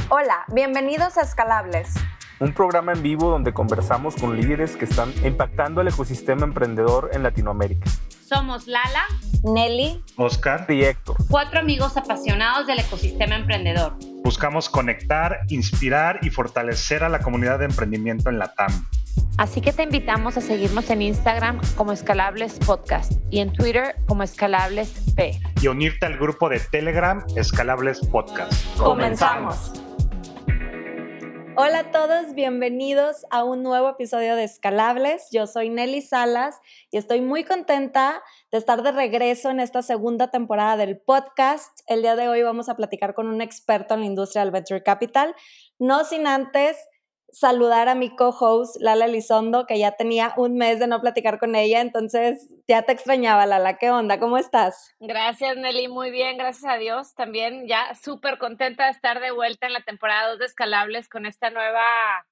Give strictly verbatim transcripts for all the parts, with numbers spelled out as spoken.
Hola, bienvenidos a Escalables, un programa en vivo donde conversamos con líderes que están impactando el ecosistema emprendedor en Latinoamérica. Somos Lala, Nelly, Oscar y Héctor, cuatro amigos apasionados del ecosistema emprendedor. Buscamos conectar, inspirar y fortalecer a la comunidad de emprendimiento en la T A M. Así que te invitamos a seguirnos en Instagram como Escalables Podcast y en Twitter como Escalables P. Y unirte al grupo de Telegram Escalables Podcast. ¡Comenzamos! Hola a todos, bienvenidos a un nuevo episodio de Escalables. Yo soy Nelly Salas y estoy muy contenta de estar de regreso en esta segunda temporada del podcast. El día de hoy vamos a platicar con un experto en la industria del Venture Capital, no sin antes saludar a mi co-host Lala Elizondo, que ya tenía un mes de no platicar con ella, entonces ya te extrañaba, Lala. ¿Qué onda? ¿Cómo estás? Gracias, Nelly. Muy bien, gracias a Dios. También ya súper contenta de estar de vuelta en la temporada dos de Escalables con esta nueva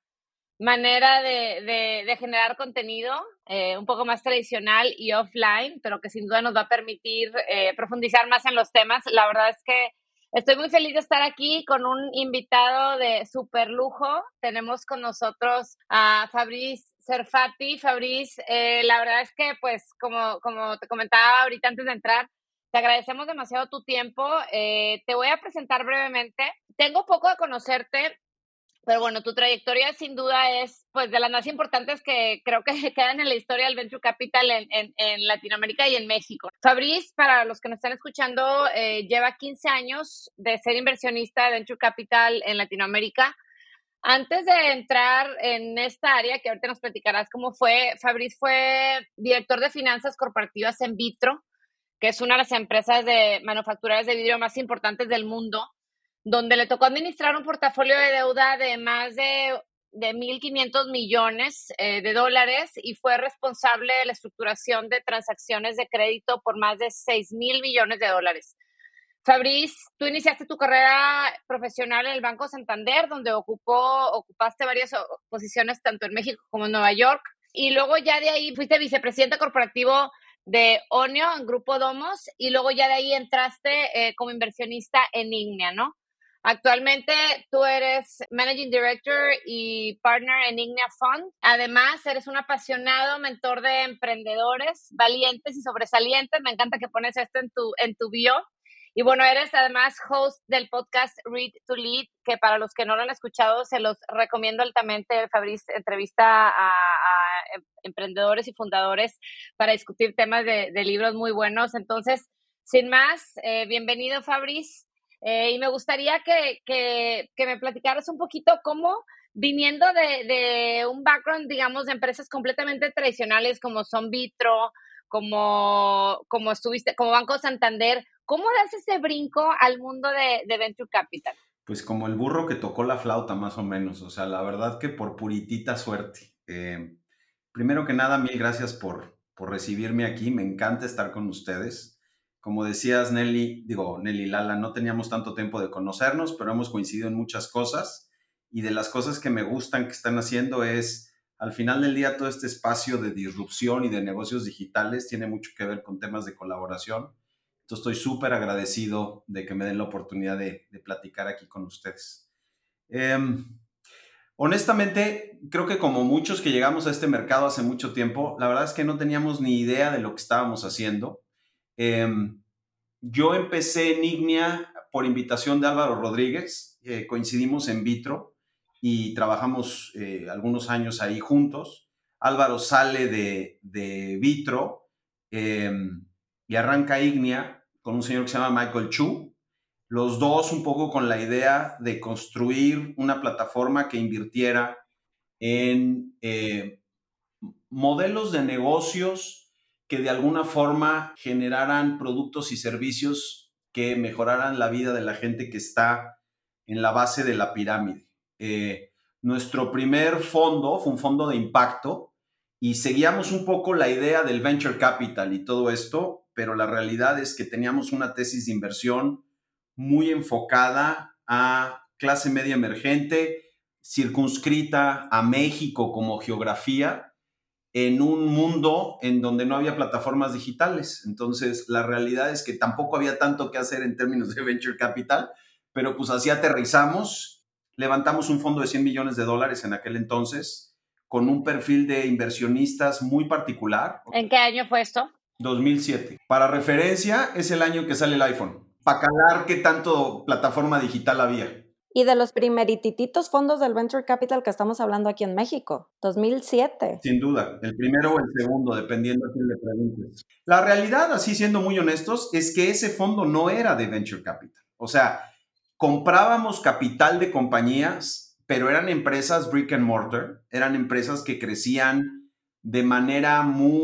manera de, de, de generar contenido, eh, un poco más tradicional y offline, pero que sin duda nos va a permitir eh, profundizar más en los temas. La verdad es que estoy muy feliz de estar aquí con un invitado de súper lujo. Tenemos con nosotros a Fabrice Serfati. Fabrice, eh, la verdad es que, pues, como, como te comentaba ahorita antes de entrar, te agradecemos demasiado tu tiempo. Eh, te voy a presentar brevemente. Tengo poco de conocerte, pero bueno, tu trayectoria sin duda es, pues, de las más importantes que creo que quedan en la historia del Venture Capital en, en, en Latinoamérica y en México. Fabrice, para los que nos están escuchando, eh, lleva quince años de ser inversionista de Venture Capital en Latinoamérica. Antes de entrar en esta área, que ahorita nos platicarás cómo fue, Fabrice fue director de finanzas corporativas en Vitro, que es una de las empresas de manufactureras de vidrio más importantes del mundo, donde le tocó administrar un portafolio de deuda de más de, de mil quinientos millones eh, de dólares y fue responsable de la estructuración de transacciones de crédito por más de seis mil millones de dólares. Fabrice, tú iniciaste tu carrera profesional en el Banco Santander, donde ocupó, ocupaste varias posiciones tanto en México como en Nueva York, y luego ya de ahí fuiste vicepresidente corporativo de Onio en Grupo Domos, y luego ya de ahí entraste eh, como inversionista en Ignea, ¿no? Actualmente tú eres Managing Director y Partner en Ignea Fund. Además, eres un apasionado mentor de emprendedores valientes y sobresalientes. Me encanta que pones esto en tu, en tu bio. Y bueno, eres además host del podcast Read to Lead, que para los que no lo han escuchado, se los recomiendo altamente. Fabrice entrevista a, a emprendedores y fundadores para discutir temas de, de libros muy buenos. Entonces, sin más, eh, bienvenido, Fabrice. Eh, y me gustaría que, que, que me platicaras un poquito cómo, viniendo de, de un background, digamos, de empresas completamente tradicionales como son Vitro, como, como estuviste, como Banco Santander, ¿cómo das ese brinco al mundo de, de Venture Capital? Pues como el burro que tocó la flauta, más o menos. O sea, la verdad que por puritita suerte. Eh, primero que nada, mil gracias por, por recibirme aquí. Me encanta estar con ustedes. Como decías, Nelly, digo, Nelly Lala, no teníamos tanto tiempo de conocernos, pero hemos coincidido en muchas cosas. Y de las cosas que me gustan que están haciendo es, al final del día, todo este espacio de disrupción y de negocios digitales tiene mucho que ver con temas de colaboración. Entonces, estoy súper agradecido de que me den la oportunidad de, de platicar aquí con ustedes. Eh, honestamente, creo que como muchos que llegamos a este mercado hace mucho tiempo, la verdad es que no teníamos ni idea de lo que estábamos haciendo. Eh, yo empecé en Ignea por invitación de Álvaro Rodríguez. Eh, coincidimos en Vitro y trabajamos eh, algunos años ahí juntos. Álvaro sale de, de Vitro eh, y arranca Ignea con un señor que se llama Michael Chu. Los dos un poco con la idea de construir una plataforma que invirtiera en eh, modelos de negocios que de alguna forma generaran productos y servicios que mejoraran la vida de la gente que está en la base de la pirámide. Eh, nuestro primer fondo fue un fondo de impacto y seguíamos un poco la idea del venture capital y todo esto, pero la realidad es que teníamos una tesis de inversión muy enfocada a clase media emergente, circunscrita a México como geografía, en un mundo en donde no había plataformas digitales. Entonces, la realidad es que tampoco había tanto que hacer en términos de venture capital, pero pues así aterrizamos levantamos un fondo de cien millones de dólares en aquel entonces, con un perfil de inversionistas muy particular. ¿En qué año fue esto? dos mil siete. Para referencia, es el año que sale el iPhone. Para calar qué tanto plataforma digital había. Y de los primeritititos fondos del Venture Capital que estamos hablando aquí en México, dos mil siete. Sin duda, el primero o el segundo, dependiendo a quién le preguntes. La realidad, así siendo muy honestos, es que ese fondo no era de Venture Capital. O sea, comprábamos capital de compañías, pero eran empresas brick and mortar, eran empresas que crecían de manera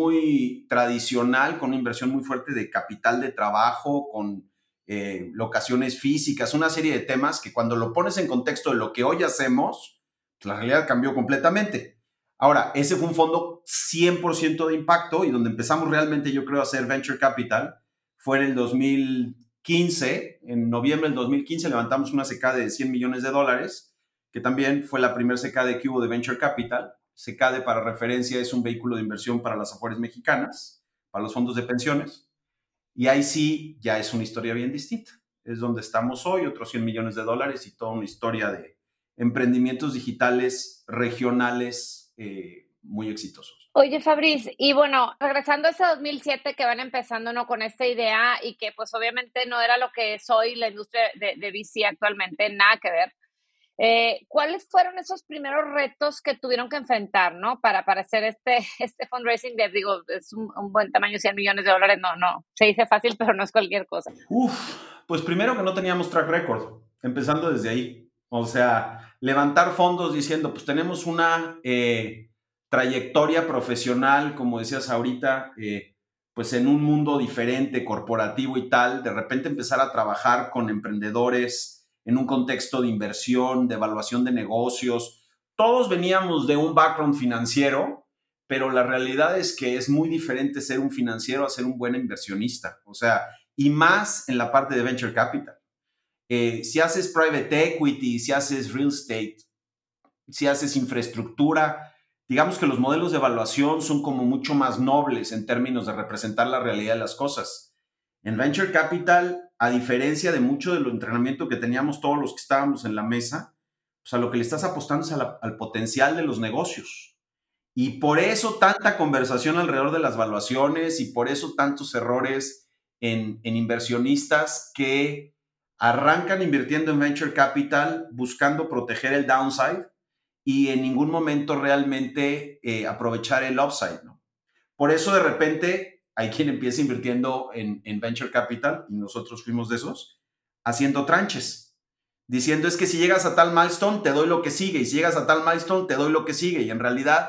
muy tradicional, con una inversión muy fuerte de capital de trabajo, con eh, locaciones físicas, una serie de temas que cuando lo pones en contexto de lo que hoy hacemos, la realidad cambió completamente. Ahora, ese fue un fondo cien por ciento de impacto y donde empezamos realmente, yo creo, a hacer Venture Capital fue en el dos mil quince. En noviembre del dos mil quince levantamos una C K D de cien millones de dólares, que también fue la primera C K D que hubo de Venture Capital. C K D, para referencia, es un vehículo de inversión para las Afores mexicanas, para los fondos de pensiones. Y ahí sí ya es una historia bien distinta. Es donde estamos hoy, otros cien millones de dólares y toda una historia de emprendimientos digitales regionales eh, muy exitosos. Oye, Fabriz, y bueno, regresando a ese dos mil siete que van empezando, ¿no?, con esta idea y que pues obviamente no era lo que es hoy la industria de, de V C actualmente, nada que ver. Eh, ¿Cuáles fueron esos primeros retos que tuvieron que enfrentar, ¿no? Para, para hacer este, este fundraising de, digo, es un, un buen tamaño, cien millones de dólares, no, no, se dice fácil, pero no es cualquier cosa. Uf, pues primero que no teníamos track record, empezando desde ahí. O sea, levantar fondos diciendo, pues tenemos una eh, trayectoria profesional, como decías ahorita, eh, pues en un mundo diferente, corporativo y tal, de repente empezar a trabajar con emprendedores en un contexto de inversión, de evaluación de negocios. Todos veníamos de un background financiero, pero la realidad es que es muy diferente ser un financiero a ser un buen inversionista. O sea, y más en la parte de Venture Capital. Eh, si haces private equity, si haces real estate, si haces infraestructura, digamos que los modelos de evaluación son como mucho más nobles en términos de representar la realidad de las cosas. En Venture Capital, a diferencia de mucho de lo entrenamiento que teníamos todos los que estábamos en la mesa, pues a lo que le estás apostando es a la, al potencial de los negocios. Y por eso tanta conversación alrededor de las valuaciones y por eso tantos errores en, en inversionistas que arrancan invirtiendo en Venture Capital buscando proteger el downside y en ningún momento realmente eh, aprovechar el upside, ¿no? Por eso de repente hay quien empieza invirtiendo en, en Venture Capital, y nosotros fuimos de esos, haciendo tranches, diciendo es que si llegas a tal milestone te doy lo que sigue, y si llegas a tal milestone te doy lo que sigue, y en realidad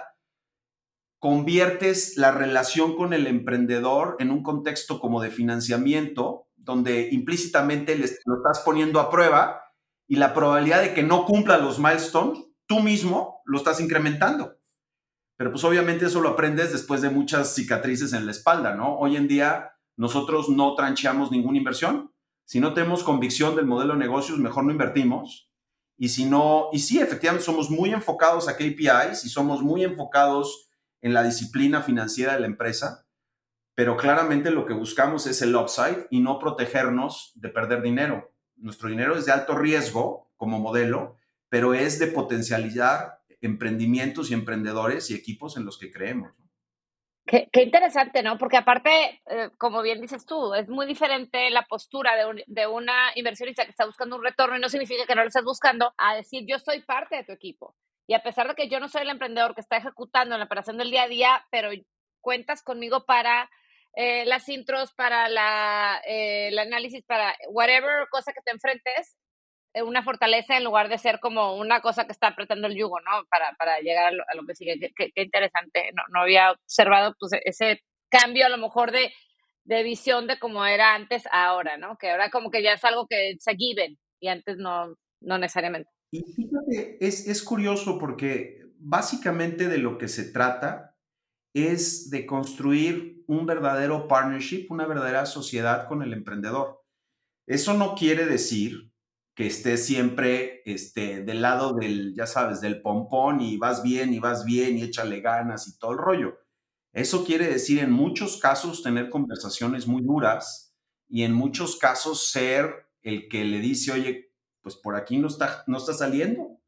conviertes la relación con el emprendedor en un contexto como de financiamiento, donde implícitamente les, lo estás poniendo a prueba y la probabilidad de que no cumpla los milestones, tú mismo lo estás incrementando. Pero pues obviamente eso lo aprendes después de muchas cicatrices en la espalda, ¿no? Hoy en día nosotros no trancheamos ninguna inversión. Si no tenemos convicción del modelo de negocios, mejor no invertimos. Y si no, y sí, efectivamente somos muy enfocados a K P Is y somos muy enfocados en la disciplina financiera de la empresa, pero claramente lo que buscamos es el upside y no protegernos de perder dinero. Nuestro dinero es de alto riesgo como modelo, pero es de potencializar emprendimientos y emprendedores y equipos en los que creemos. Qué, qué interesante, ¿no? Porque aparte, eh, como bien dices tú, es muy diferente la postura de, un, de una inversionista que está buscando un retorno y no significa que no lo estés buscando, a decir yo soy parte de tu equipo. Y a pesar de que yo no soy el emprendedor que está ejecutando la operación del día a día, pero cuentas conmigo para eh, las intros, para la, eh, el análisis, para whatever cosa que te enfrentes, una fortaleza en lugar de ser como una cosa que está apretando el yugo, ¿no? Para, para llegar a lo, a lo que sigue. Qué, qué, qué interesante. No, no había observado pues, ese cambio a lo mejor de, de visión de cómo era antes a ahora, ¿no? Que ahora como que ya es algo que se given y antes no, no necesariamente. Y fíjate, es, es curioso porque básicamente de lo que se trata es de construir un verdadero partnership, una verdadera sociedad con el emprendedor. Eso no quiere decir que estés siempre este, del lado del, ya sabes, del pompón y vas bien y vas bien y échale ganas y todo el rollo. Eso quiere decir en muchos casos tener conversaciones muy duras y en muchos casos ser el que le dice, oye, pues por aquí no está, no está saliendo.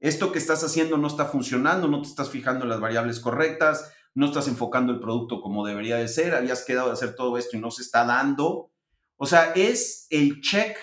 esto que estás haciendo no está funcionando, no te estás fijando en las variables correctas, no estás enfocando el producto como debería de ser, habías quedado de hacer todo esto y no se está dando. O sea, es el check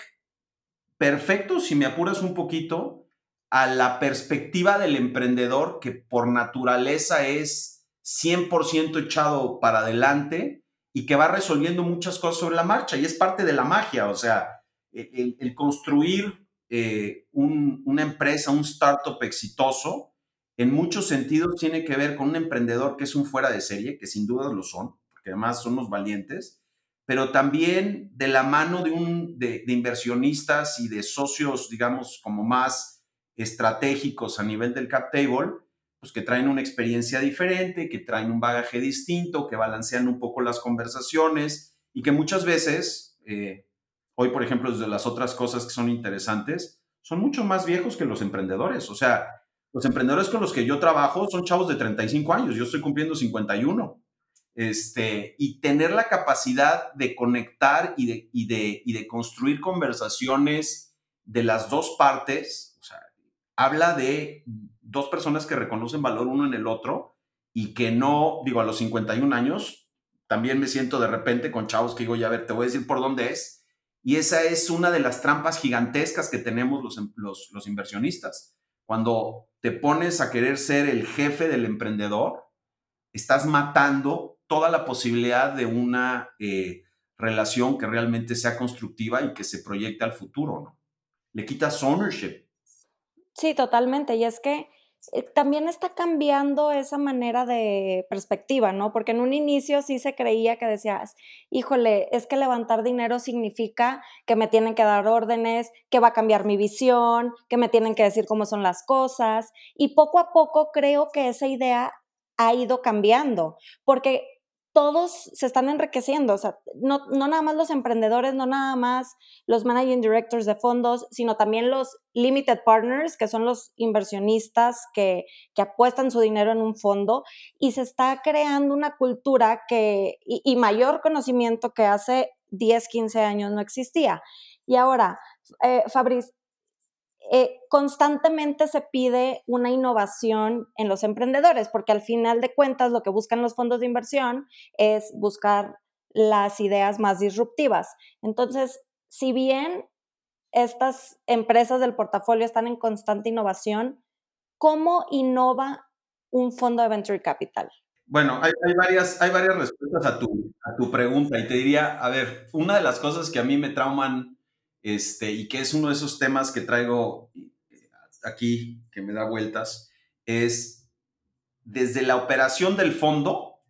perfecto, si me apuras un poquito, a la perspectiva del emprendedor que por naturaleza es cien por ciento echado para adelante y que va resolviendo muchas cosas sobre la marcha, y es parte de la magia. O sea, el, el construir eh, un, una empresa, un startup exitoso, en muchos sentidos tiene que ver con un emprendedor que es un fuera de serie, que sin dudas lo son, porque además son los valientes, pero también de la mano de, un, de, de inversionistas y de socios, digamos, como más estratégicos a nivel del cap table, pues que traen una experiencia diferente, que traen un bagaje distinto, que balancean un poco las conversaciones y que muchas veces, eh, hoy por ejemplo, desde las otras cosas que son interesantes, son mucho más viejos que los emprendedores. O sea, los emprendedores con los que yo trabajo son chavos de treinta y cinco años, yo estoy cumpliendo cincuenta y uno. Este, y tener la capacidad de conectar y de, y, de, y de construir conversaciones de las dos partes, o sea, habla de dos personas que reconocen valor uno en el otro y que no, digo, a los cincuenta y un años, también me siento de repente con chavos que digo, ya a ver, te voy a decir por dónde es. Y esa es una de las trampas gigantescas que tenemos los, los, los inversionistas. Cuando te pones a querer ser el jefe del emprendedor, estás matando toda la posibilidad de una eh, relación que realmente sea constructiva y que se proyecte al futuro, ¿no? Le quitas ownership. Sí, totalmente. Y es que eh, también está cambiando esa manera de perspectiva, ¿no? Porque en un inicio sí se creía que decías, híjole, es que levantar dinero significa que me tienen que dar órdenes, que va a cambiar mi visión, que me tienen que decir cómo son las cosas. Y poco a poco creo que esa idea ha ido cambiando, porque todos se están enriqueciendo, o sea, no, no nada más los emprendedores, no nada más los managing directors de fondos, sino también los limited partners, que son los inversionistas que, que apuestan su dinero en un fondo, y se está creando una cultura que, y, y mayor conocimiento que hace diez, quince años no existía. Y ahora, eh, Fabriz, Eh, constantemente se pide una innovación en los emprendedores, porque al final de cuentas lo que buscan los fondos de inversión es buscar las ideas más disruptivas. Entonces, si bien estas empresas del portafolio están en constante innovación, ¿cómo innova un fondo de venture capital? Bueno, hay, hay, varias, hay varias respuestas a tu, a tu pregunta, y te diría, a ver, una de las cosas que a mí me trauman este, y que es uno de esos temas que traigo aquí, que me da vueltas, es desde la operación del fondo,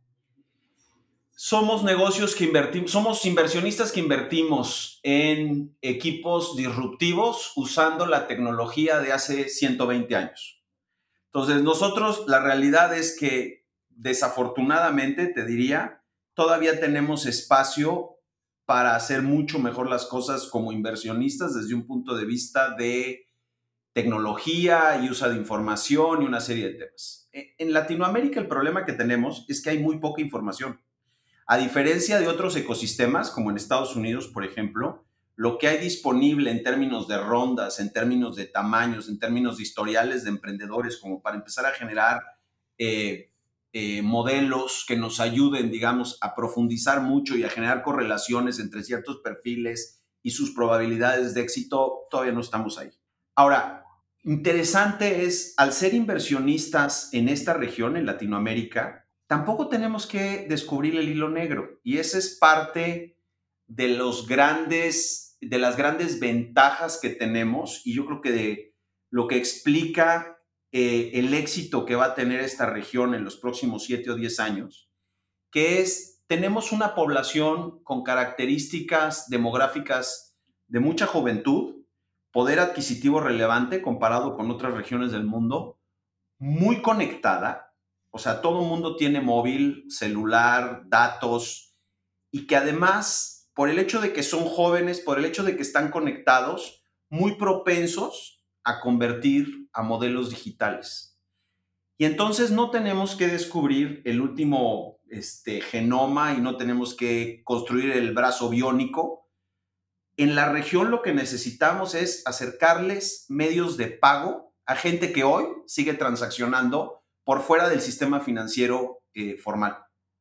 somos negocios que invertimos, somos inversionistas que invertimos en equipos disruptivos usando la tecnología de hace ciento veinte años. Entonces, nosotros, la realidad es que desafortunadamente, te diría, todavía tenemos espacio para hacer mucho mejor las cosas como inversionistas desde un punto de vista de tecnología y uso de información y una serie de temas. En Latinoamérica el problema que tenemos es que hay muy poca información. A diferencia de otros ecosistemas, como en Estados Unidos, por ejemplo, lo que hay disponible en términos de rondas, en términos de tamaños, en términos de historiales de emprendedores, como para empezar a generar eh, eh, modelos que nos ayuden, digamos, a profundizar mucho y a generar correlaciones entre ciertos perfiles y sus probabilidades de éxito, todavía no estamos ahí. Ahora, interesante es, al ser inversionistas en esta región, en Latinoamérica, tampoco tenemos que descubrir el hilo negro, y esa es parte de los grandes, de las grandes ventajas que tenemos, y yo creo que de lo que explica eh, el éxito que va a tener esta región en los próximos siete o diez años, que es, tenemos una población con características demográficas de mucha juventud, poder adquisitivo relevante comparado con otras regiones del mundo, muy conectada, o sea, todo el mundo tiene móvil, celular, datos, y que además, por el hecho de que son jóvenes, por el hecho de que están conectados, muy propensos a convertir a modelos digitales. Y entonces no tenemos que descubrir el último este, genoma y no tenemos que construir el brazo biónico. En la región lo que necesitamos es acercarles medios de pago a gente que hoy sigue transaccionando por fuera del sistema financiero eh, formal.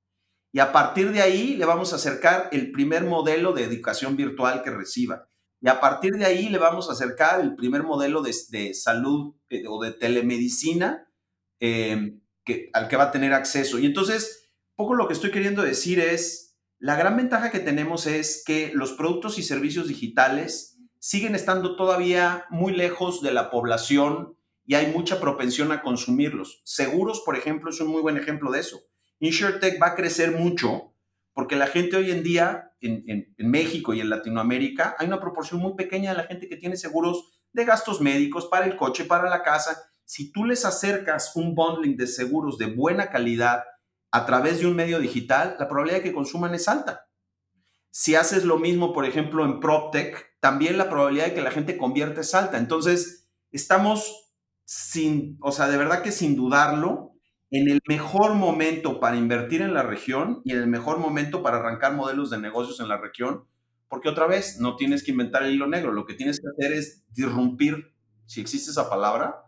Y a partir de ahí le vamos a acercar el primer modelo de educación virtual que reciba. Y a partir de ahí le vamos a acercar el primer modelo de, de salud eh, o de telemedicina eh, que, al que va a tener acceso. Y entonces, poco lo que estoy queriendo decir es, la gran ventaja que tenemos es que los productos y servicios digitales siguen estando todavía muy lejos de la población y hay mucha propensión a consumirlos. Seguros, por ejemplo, es un muy buen ejemplo de eso. InsurTech va a crecer mucho porque la gente hoy en día en, en, en México y en Latinoamérica hay una proporción muy pequeña de la gente que tiene seguros de gastos médicos para el coche, para la casa. Si tú les acercas un bundling de seguros de buena calidad a través de un medio digital, la probabilidad de que consuman es alta. Si haces lo mismo, por ejemplo, en PropTech, también la probabilidad de que la gente convierta es alta. Entonces, estamos sin, o sea, de verdad que sin dudarlo, en el mejor momento para invertir en la región y en el mejor momento para arrancar modelos de negocios en la región, porque otra vez, no tienes que inventar el hilo negro, lo que tienes que hacer es disrumpir, si existe esa palabra,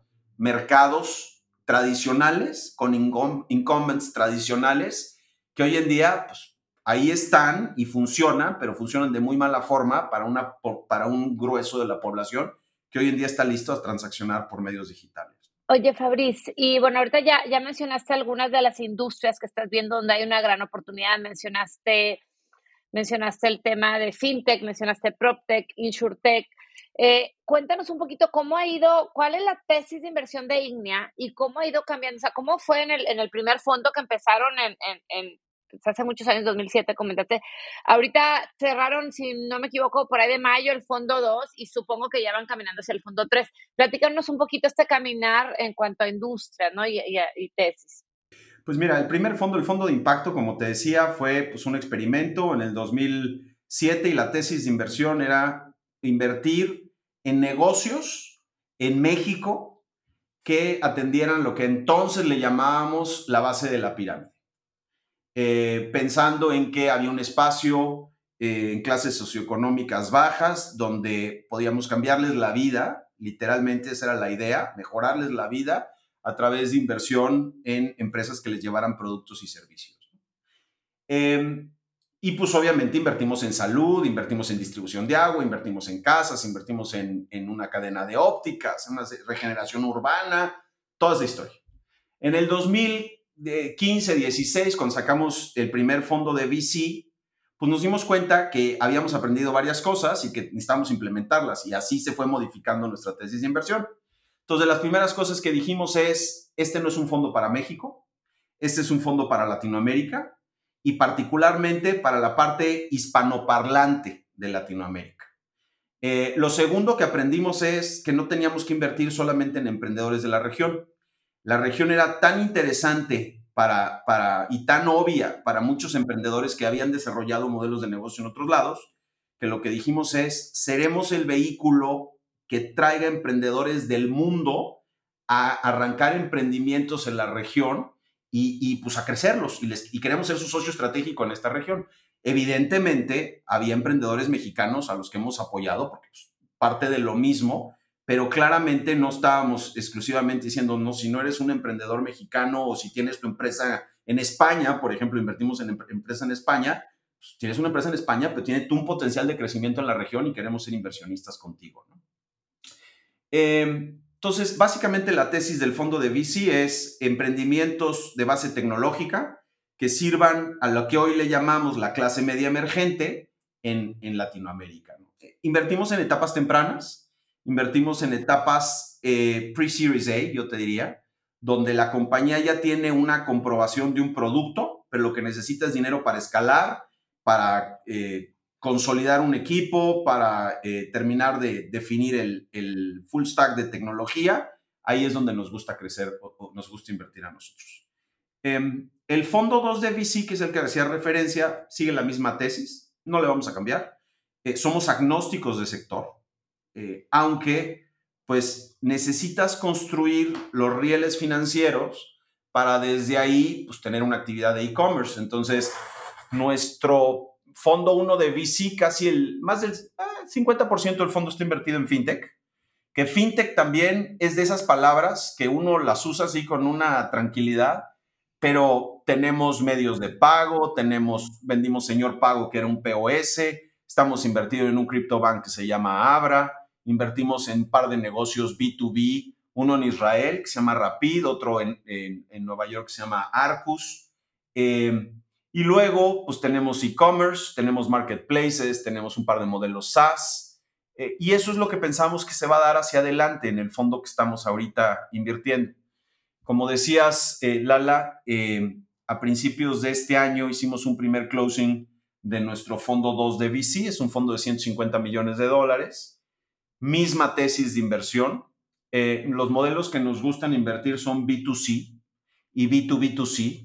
mercados tradicionales con incumbents tradicionales que hoy en día, pues, ahí están y funcionan, pero funcionan de muy mala forma para, una, para un grueso de la población que hoy en día está listo a transaccionar por medios digitales. Oye, Fabriz, y bueno, ahorita ya, ya mencionaste algunas de las industrias que estás viendo donde hay una gran oportunidad. Mencionaste, mencionaste el tema de FinTech, mencionaste PropTech, InsurTech. Eh, cuéntanos un poquito cómo ha ido, cuál es la tesis de inversión de Ignea y cómo ha ido cambiando. O sea, cómo fue en el, en el primer fondo que empezaron en, en, en hace muchos años, dos mil siete, comentaste. Ahorita cerraron, si no me equivoco, por ahí de mayo el fondo dos y supongo que ya van caminando hacia el fondo tres. Platícanos un poquito este caminar en cuanto a industria, ¿no? y, y, y tesis. Pues mira, el primer fondo, el fondo de impacto, como te decía, fue pues, un experimento en el dos mil siete y la tesis de inversión era invertir en negocios en México que atendieran lo que entonces le llamábamos la base de la pirámide. Eh, pensando en que había un espacio eh, en clases socioeconómicas bajas donde podíamos cambiarles la vida, literalmente esa era la idea, mejorarles la vida a través de inversión en empresas que les llevaran productos y servicios. Eh, y pues obviamente invertimos en salud, invertimos en distribución de agua, invertimos en casas, invertimos en, en una cadena de ópticas, en una regeneración urbana, toda esa historia. En el dos mil quince, dieciséis, cuando sacamos el primer fondo de V C, pues nos dimos cuenta que habíamos aprendido varias cosas y que necesitábamos implementarlas, y así se fue modificando nuestra tesis de inversión. Entonces, las primeras cosas que dijimos es, este no es un fondo para México, este es un fondo para Latinoamérica y particularmente para la parte hispanoparlante de Latinoamérica. Eh, lo segundo que aprendimos es que no teníamos que invertir solamente en emprendedores de la región. La región era tan interesante para, para, y tan obvia para muchos emprendedores que habían desarrollado modelos de negocio en otros lados, que lo que dijimos es, seremos el vehículo que traiga emprendedores del mundo a arrancar emprendimientos en la región y, y pues a crecerlos, y, les, y queremos ser su socio estratégico en esta región. Evidentemente, había emprendedores mexicanos a los que hemos apoyado, porque pues, parte de lo mismo, pero claramente no estábamos exclusivamente diciendo, no, si no eres un emprendedor mexicano o si tienes tu empresa en España, por ejemplo, invertimos en empresa en España, pues tienes una empresa en España, pero tiene tú un potencial de crecimiento en la región y queremos ser inversionistas contigo, ¿no? Eh, entonces, básicamente la tesis del fondo de V C es emprendimientos de base tecnológica que sirvan a lo que hoy le llamamos la clase media emergente en, en Latinoamérica, ¿no? Invertimos en etapas tempranas, invertimos en etapas eh, pre-Series A, yo te diría, donde la compañía ya tiene una comprobación de un producto, pero lo que necesita es dinero para escalar, para eh, consolidar un equipo, para eh, terminar de definir el, el full stack de tecnología. Ahí es donde nos gusta crecer o, o nos gusta invertir a nosotros. Eh, el fondo dos de V C, que es el que hacía referencia, sigue la misma tesis, no le vamos a cambiar. Eh, somos agnósticos de sector. Eh, aunque pues necesitas construir los rieles financieros para desde ahí pues, tener una actividad de e-commerce. Entonces, nuestro fondo uno de V C, casi el más del eh, cincuenta por ciento del fondo está invertido en FinTech que fintech también es de esas palabras que uno las usa así con una tranquilidad, pero tenemos medios de pago, tenemos, vendimos Señor Pago, que era un P O S, estamos invertidos en un CryptoBank que se llama Abra, invertimos en un par de negocios B dos B, uno en Israel que se llama Rapid, otro en, en, en Nueva York que se llama Arcus. Eh, y luego, pues tenemos e-commerce, tenemos marketplaces, tenemos un par de modelos SaaS. Eh, y eso es lo que pensamos que se va a dar hacia adelante en el fondo que estamos ahorita invirtiendo. Como decías, eh, Lala, eh, a principios de este año hicimos un primer closing de nuestro fondo dos de V C, es un fondo de ciento cincuenta millones de dólares. Misma tesis de inversión. Eh, los modelos que nos gustan invertir son B dos C y B dos B dos C,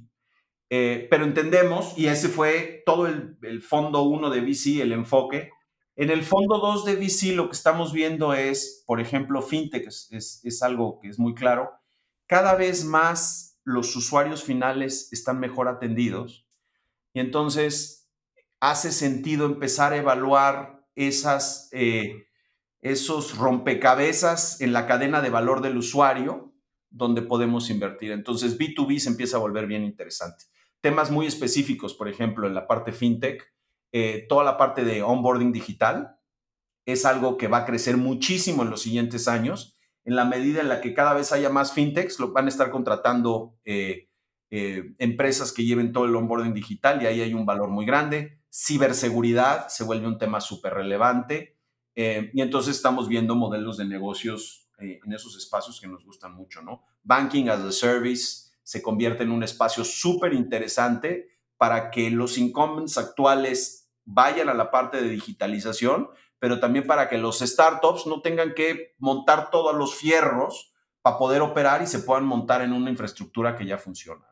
eh, pero entendemos, y ese fue todo el, el fondo uno de V C, el enfoque. En el fondo dos de V C lo que estamos viendo es, por ejemplo, fintech, es, es, es algo que es muy claro. Cada vez más los usuarios finales están mejor atendidos y entonces hace sentido empezar a evaluar esas, eh, esos rompecabezas en la cadena de valor del usuario donde podemos invertir. Entonces B dos B se empieza a volver bien interesante. Temas muy específicos, por ejemplo, en la parte fintech, eh, toda la parte de onboarding digital es algo que va a crecer muchísimo en los siguientes años. En la medida en la que cada vez haya más fintechs, lo van a estar contratando eh, eh, empresas que lleven todo el onboarding digital y ahí hay un valor muy grande. Ciberseguridad se vuelve un tema súper relevante eh, y entonces estamos viendo modelos de negocios eh, en esos espacios que nos gustan mucho, ¿no? Banking as a Service se convierte en un espacio súper interesante para que los incumbents actuales vayan a la parte de digitalización, pero también para que los startups no tengan que montar todos los fierros para poder operar y se puedan montar en una infraestructura que ya funciona.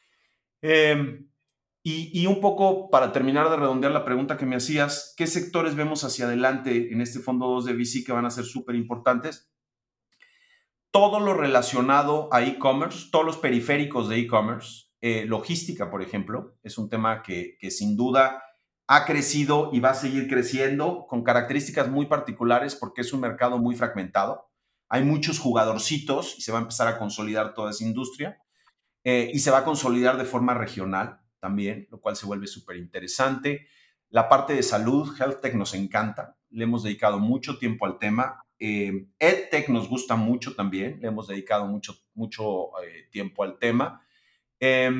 Eh, y, y un poco para terminar de redondear la pregunta que me hacías, ¿qué sectores vemos hacia adelante en este fondo dos de V C que van a ser súper importantes? Todo lo relacionado a e-commerce, todos los periféricos de e-commerce, eh, logística, por ejemplo, es un tema que, que sin duda ha crecido y va a seguir creciendo con características muy particulares porque es un mercado muy fragmentado. Hay muchos jugadorcitos y se va a empezar a consolidar toda esa industria eh, y se va a consolidar de forma regional también, lo cual se vuelve súper interesante. La parte de salud, Health Tech nos encanta, le hemos dedicado mucho tiempo al tema. Eh, EdTech nos gusta mucho también, le hemos dedicado mucho, mucho eh, tiempo al tema. Eh,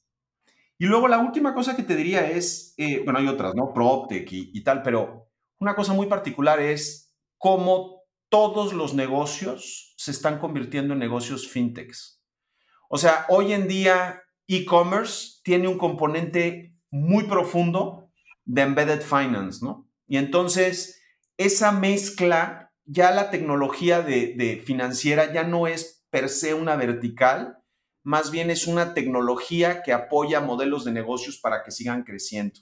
y luego la última cosa que te diría es, eh, bueno, hay otras, ¿no? PropTech y, y tal, pero una cosa muy particular es cómo todos los negocios se están convirtiendo en negocios fintechs. O sea, hoy en día e-commerce tiene un componente muy profundo de embedded finance, ¿no? Y entonces esa mezcla, ya la tecnología de, de financiera ya no es per se una vertical, más bien es una tecnología que apoya modelos de negocios para que sigan creciendo.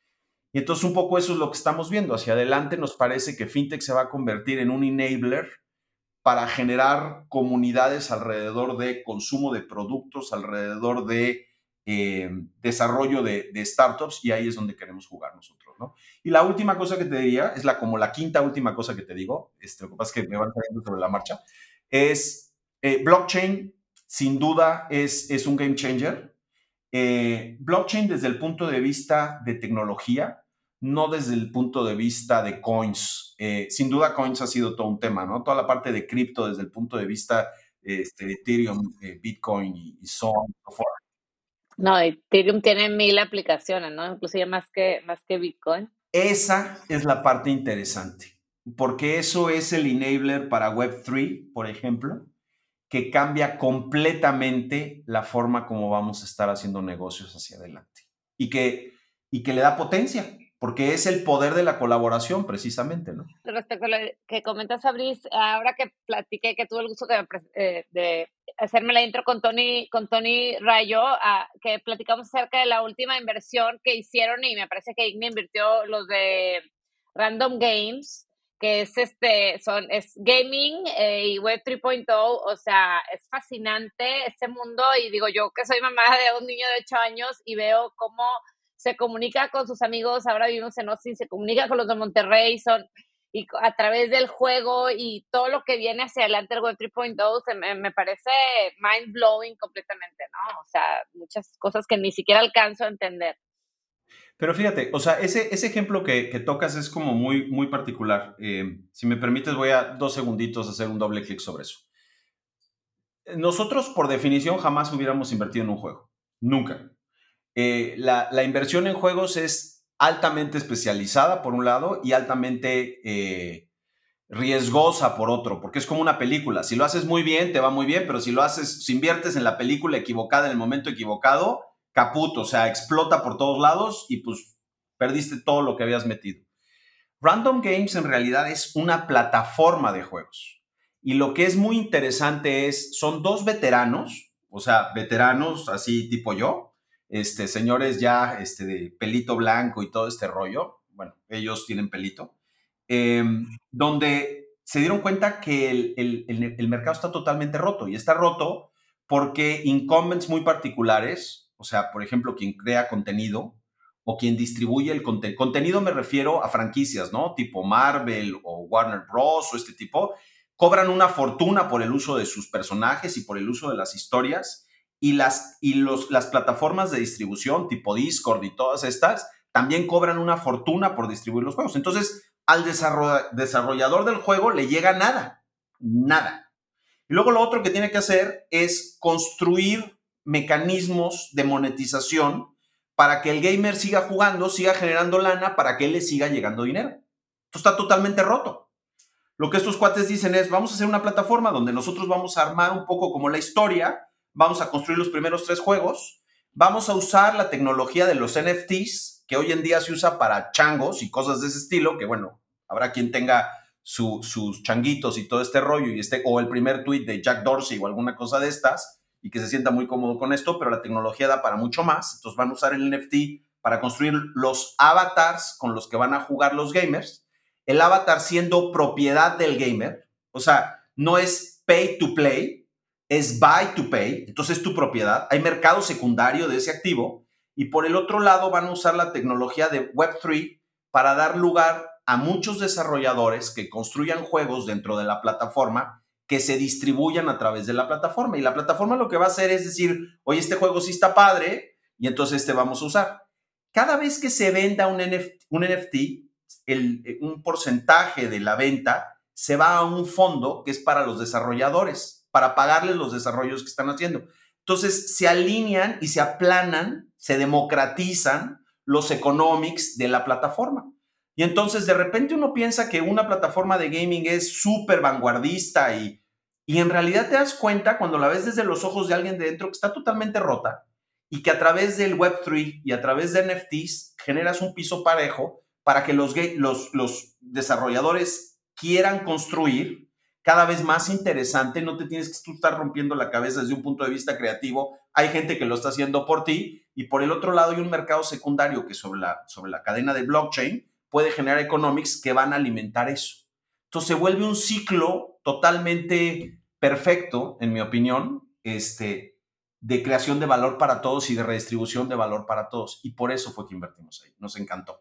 Y entonces un poco eso es lo que estamos viendo. Hacia adelante nos parece que fintech se va a convertir en un enabler para generar comunidades alrededor de consumo de productos, alrededor de eh, desarrollo de, de startups, y ahí es donde queremos jugar nosotros, ¿no? Y la última cosa que te diría, es la, como la quinta última cosa que te digo, este, lo que pasa es que me van saliendo sobre la marcha, es eh, blockchain, sin duda es, es un game changer. Eh, blockchain desde el punto de vista de tecnología, no desde el punto de vista de coins. Eh, sin duda coins ha sido todo un tema, ¿no? Toda la parte de cripto desde el punto de vista este, de Ethereum, eh, Bitcoin y, y so on, so forth. No, Ethereum tiene mil aplicaciones, ¿no? Inclusive más que, más que Bitcoin. Esa es la parte interesante, porque eso es el enabler para web tres, por ejemplo, que cambia completamente la forma como vamos a estar haciendo negocios hacia adelante y que, y que le da potencia, porque es el poder de la colaboración precisamente, ¿no? Respecto a lo que comentas, Fabriz, ahora que platiqué, que tuve el gusto de, eh, de hacerme la intro con Tony, con Tony Rayo, uh, que platicamos acerca de la última inversión que hicieron y me parece que Ignia invirtió los de Random Games, que es este, son, es gaming eh, y web tres punto cero, o sea, es fascinante este mundo y digo yo que soy mamá de un niño de ocho años y veo cómo se comunica con sus amigos, ahora vivimos en Austin, se comunica con los de Monterrey, son, y a través del juego y todo lo que viene hacia adelante el Web tres punto dos me, me parece mind blowing completamente, ¿no? O sea, muchas cosas que ni siquiera alcanzo a entender. Pero fíjate, o sea, ese, ese ejemplo que, que tocas es como muy, muy particular. Eh, si me permites, voy a dos segunditos a hacer un doble clic sobre eso. Nosotros, por definición, jamás hubiéramos invertido en un juego. Nunca. Eh, la, la inversión en juegos es altamente especializada, por un lado, y altamente eh, riesgosa, por otro, porque es como una película. Si lo haces muy bien, te va muy bien, pero si lo haces, si inviertes en la película equivocada en el momento equivocado, caput, o sea, explota por todos lados y pues perdiste todo lo que habías metido. Random Games en realidad es una plataforma de juegos. Y lo que es muy interesante es, son dos veteranos, o sea, veteranos así tipo yo, este, señores ya este, de pelito blanco y todo este rollo, bueno, ellos tienen pelito, eh, donde se dieron cuenta que el, el, el, el mercado está totalmente roto, y está roto porque incumbents muy particulares, o sea, por ejemplo, quien crea contenido o quien distribuye el conte- contenido, me refiero a franquicias, ¿no? Tipo Marvel o Warner Bros. O este tipo, cobran una fortuna por el uso de sus personajes y por el uso de las historias, y las, y los, las plataformas de distribución tipo Discord y todas estas también cobran una fortuna por distribuir los juegos. Entonces, al desarroll- desarrollador del juego le llega nada, nada. Y luego lo otro que tiene que hacer es construir mecanismos de monetización para que el gamer siga jugando, siga generando lana, para que él le siga llegando dinero. Esto está totalmente roto. Lo que estos cuates dicen es, vamos a hacer una plataforma donde nosotros vamos a armar un poco como la historia, vamos a construir los primeros tres juegos, vamos a usar la tecnología de los N F Ts, que hoy en día se usa para changos y cosas de ese estilo, que bueno, habrá quien tenga su, sus changuitos y todo este rollo, y este, o el primer tweet de Jack Dorsey o alguna cosa de estas, y que se sienta muy cómodo con esto, pero la tecnología da para mucho más. Entonces van a usar el N F T para construir los avatars con los que van a jugar los gamers, el avatar siendo propiedad del gamer, o sea, no es pay to play, es buy to pay, entonces es tu propiedad, hay mercado secundario de ese activo, y por el otro lado van a usar la tecnología de web tres para dar lugar a muchos desarrolladores que construyan juegos dentro de la plataforma, que se distribuyan a través de la plataforma, y la plataforma lo que va a hacer es decir, oye, este juego sí está padre, y entonces este vamos a usar. Cada vez que se venda un N F T, un N F T el, un porcentaje de la venta se va a un fondo que es para los desarrolladores, para pagarles los desarrollos que están haciendo. Entonces se alinean y se aplanan, se democratizan los economics de la plataforma. Y entonces de repente uno piensa que una plataforma de gaming es súper vanguardista y, y en realidad te das cuenta cuando la ves desde los ojos de alguien de dentro que está totalmente rota, y que a través del web tres y a través de N F Ts generas un piso parejo para que los, los, los desarrolladores quieran construir cada vez más interesante. No te tienes que tú estar rompiendo la cabeza desde un punto de vista creativo. Hay gente que lo está haciendo por ti, y por el otro lado hay un mercado secundario que sobre la, sobre la cadena de blockchain puede generar economics que van a alimentar eso. Entonces se vuelve un ciclo totalmente perfecto, en mi opinión, este, de creación de valor para todos y de redistribución de valor para todos. Y por eso fue que invertimos ahí. Nos encantó.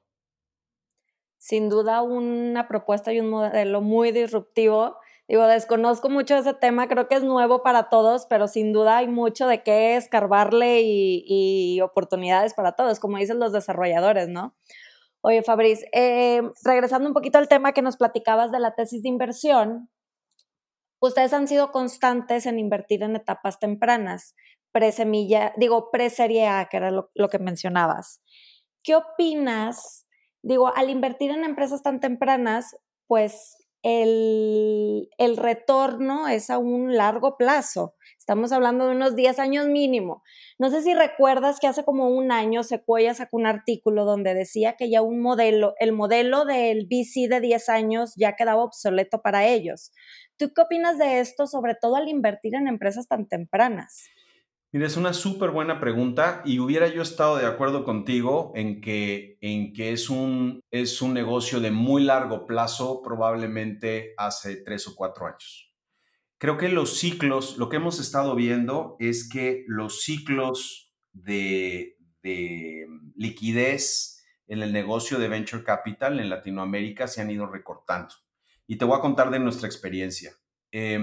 Sin duda una propuesta y un modelo muy disruptivo. Digo, desconozco mucho ese tema, creo que es nuevo para todos, pero sin duda hay mucho de qué escarbarle y, y oportunidades para todos, como dicen los desarrolladores, ¿no? Oye, Fabriz, eh, regresando un poquito al tema que nos platicabas de la tesis de inversión, ustedes han sido constantes en invertir en etapas tempranas, pre-semilla, digo, pre-serie A, que era lo, lo que mencionabas. ¿Qué opinas? Digo, al invertir en empresas tan tempranas, pues el, el retorno es a un largo plazo. Estamos hablando de unos diez años mínimo. No sé si recuerdas que hace como un año Sequoia sacó un artículo donde decía que ya un modelo, el modelo del V C de diez años ya quedaba obsoleto para ellos. ¿Tú qué opinas de esto, sobre todo al invertir en empresas tan tempranas? Mira, es una súper buena pregunta, y hubiera yo estado de acuerdo contigo en que, en que es, un, es un negocio de muy largo plazo, probablemente hace tres o cuatro años. Creo que los ciclos, lo que hemos estado viendo es que los ciclos de, de liquidez en el negocio de Venture Capital en Latinoamérica se han ido recortando. Y te voy a contar de nuestra experiencia. Eh,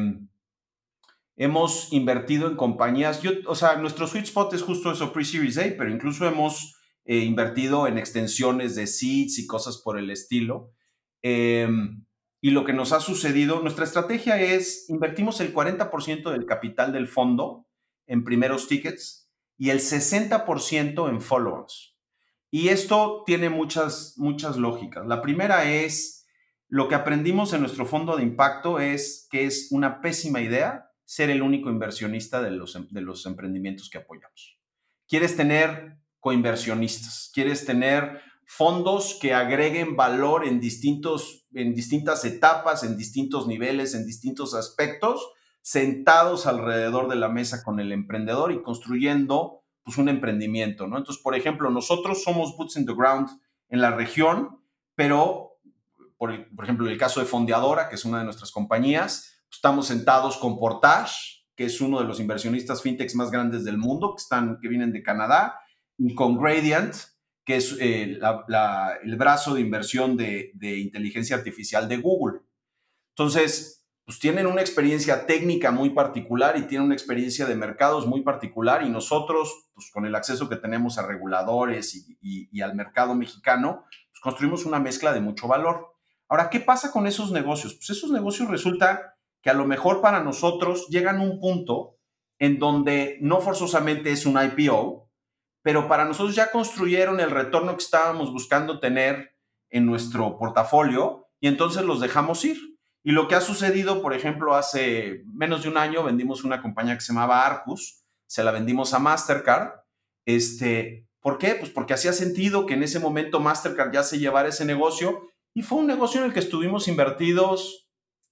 hemos invertido en compañías, yo, o sea, nuestro sweet spot es justo eso, pre-Series A, pero incluso hemos eh, invertido en extensiones de seeds y cosas por el estilo. Eh, y lo que nos ha sucedido, nuestra estrategia es, invertimos el cuarenta por ciento del capital del fondo en primeros tickets y el sesenta por ciento en follow-ons. Y esto tiene muchas, muchas lógicas. La primera es, lo que aprendimos en nuestro fondo de impacto es que es una pésima idea ser el único inversionista de los, de los emprendimientos que apoyamos. Quieres tener coinversionistas, quieres tener fondos que agreguen valor en, distintos, en distintas etapas, en distintos niveles, en distintos aspectos, sentados alrededor de la mesa con el emprendedor y construyendo pues, un emprendimiento, ¿no? Entonces, por ejemplo, nosotros somos boots in the ground en la región, pero, por, el, por ejemplo, en el caso de Fondeadora, que es una de nuestras compañías, pues, estamos sentados con Portage, que es uno de los inversionistas fintechs más grandes del mundo, que, están, que vienen de Canadá, y con Gradient, que es eh, la, la, el brazo de inversión de, de inteligencia artificial de Google. Entonces, pues tienen una experiencia técnica muy particular y tienen una experiencia de mercados muy particular y nosotros, pues con el acceso que tenemos a reguladores y, y, y al mercado mexicano, pues construimos una mezcla de mucho valor. Ahora, ¿qué pasa con esos negocios? Pues esos negocios resulta que a lo mejor para nosotros llegan a un punto en donde no forzosamente es un I P O, pero para nosotros ya construyeron el retorno que estábamos buscando tener en nuestro portafolio y entonces los dejamos ir. Y lo que ha sucedido, por ejemplo, hace menos de un año vendimos una compañía que se llamaba Arcus, se la vendimos a Mastercard. Este, ¿por qué? Pues porque hacía sentido que en ese momento Mastercard ya se llevara ese negocio y fue un negocio en el que estuvimos invertidos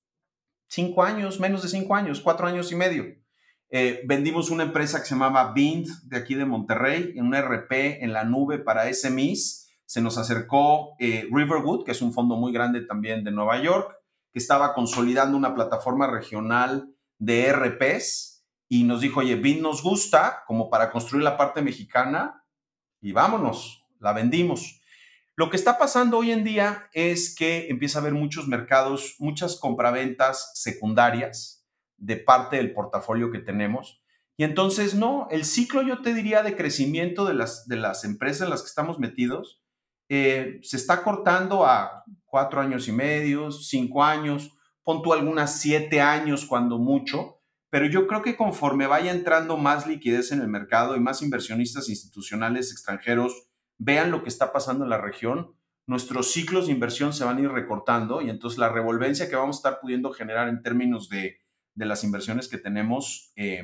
cinco años, menos de cinco años, cuatro años y medio. Eh, vendimos una empresa que se llamaba Bind, de aquí de Monterrey, en un E R P en la nube para S M Es. Se nos acercó eh, Riverwood, que es un fondo muy grande también de Nueva York, que estaba consolidando una plataforma regional de E R Ps y nos dijo, oye, Bind nos gusta como para construir la parte mexicana y vámonos, la vendimos. Lo que está pasando hoy en día es que empieza a haber muchos mercados, muchas compraventas secundarias de parte del portafolio que tenemos. Y entonces, no, el ciclo, yo te diría, de crecimiento de las, de las empresas en las que estamos metidos eh, se está cortando a cuatro años y medio, cinco años, pon tú algunas siete años cuando mucho, pero yo creo que conforme vaya entrando más liquidez en el mercado y más inversionistas institucionales extranjeros vean lo que está pasando en la región, nuestros ciclos de inversión se van a ir recortando y entonces la revolvencia que vamos a estar pudiendo generar en términos de, de las inversiones que tenemos eh,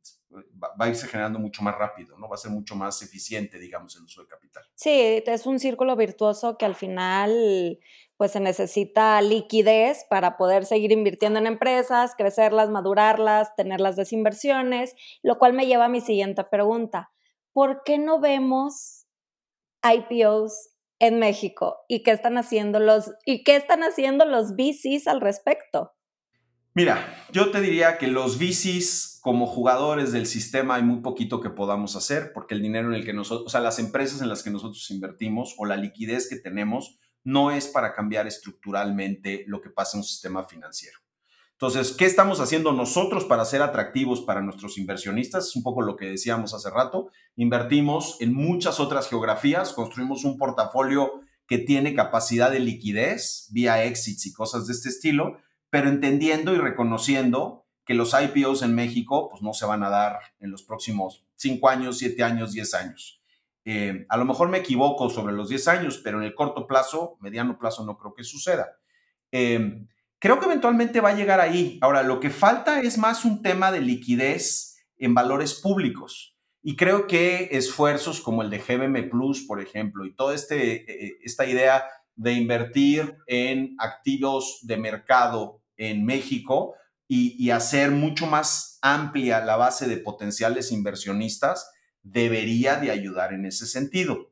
va, va a irse generando mucho más rápido, ¿no? Va a ser mucho más eficiente, digamos, el uso de capital. Sí, es un círculo virtuoso que al final pues se necesita liquidez para poder seguir invirtiendo en empresas, crecerlas, madurarlas, tener las desinversiones, lo cual me lleva a mi siguiente pregunta. ¿Por qué no vemos I P Os en México? ¿Y qué están haciendo los, y qué están haciendo los V Cs al respecto? Mira, yo te diría que los V Cs como jugadores del sistema hay muy poquito que podamos hacer porque el dinero en el que nosotros, o sea, las empresas en las que nosotros invertimos o la liquidez que tenemos no es para cambiar estructuralmente lo que pasa en un sistema financiero. Entonces, ¿qué estamos haciendo nosotros para ser atractivos para nuestros inversionistas? Es un poco lo que decíamos hace rato. Invertimos en muchas otras geografías, construimos un portafolio que tiene capacidad de liquidez vía exits y cosas de este estilo, pero entendiendo y reconociendo que los I P Os en México pues, no se van a dar en los próximos cinco años, siete años, diez años. Eh, a lo mejor me equivoco sobre los diez años, pero en el corto plazo, mediano plazo, no creo que suceda. Eh, Creo que eventualmente va a llegar ahí. Ahora, lo que falta es más un tema de liquidez en valores públicos. Y creo que esfuerzos como el de G B M Plus, por ejemplo, y toda este, esta idea de invertir en activos de mercado en México y, y hacer mucho más amplia la base de potenciales inversionistas, debería de ayudar en ese sentido.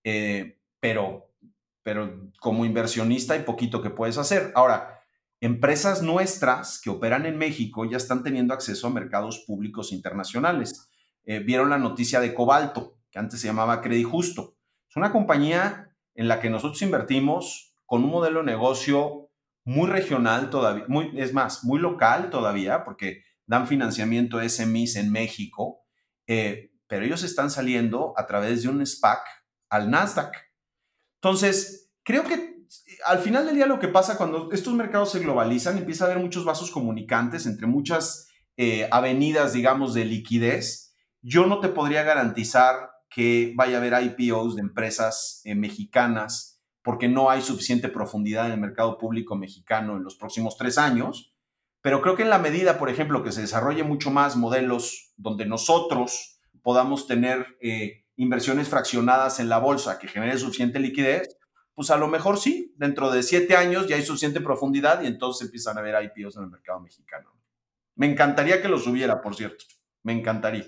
Eh, pero, pero como inversionista hay poquito que puedes hacer. Ahora, empresas nuestras que operan en México ya están teniendo acceso a mercados públicos internacionales. Eh, vieron la noticia de Cobalto, que antes se llamaba Credit Justo. Es una compañía en la que nosotros invertimos con un modelo de negocio muy regional todavía, muy, es más, muy local todavía, porque dan financiamiento a S M Es en México, eh, pero ellos están saliendo a través de un SPAC al Nasdaq. Entonces, creo que al final del día lo que pasa cuando estos mercados se globalizan, empieza a haber muchos vasos comunicantes entre muchas eh, avenidas, digamos, de liquidez. Yo no te podría garantizar que vaya a haber I P Os de empresas eh, mexicanas porque no hay suficiente profundidad en el mercado público mexicano en los próximos tres años, pero creo que en la medida, por ejemplo, que se desarrolle mucho más modelos donde nosotros podamos tener eh, inversiones fraccionadas en la bolsa que genere suficiente liquidez, pues a lo mejor sí, dentro de siete años ya hay suficiente profundidad y entonces empiezan a haber I P Os en el mercado mexicano. Me encantaría que los hubiera, por cierto. Me encantaría.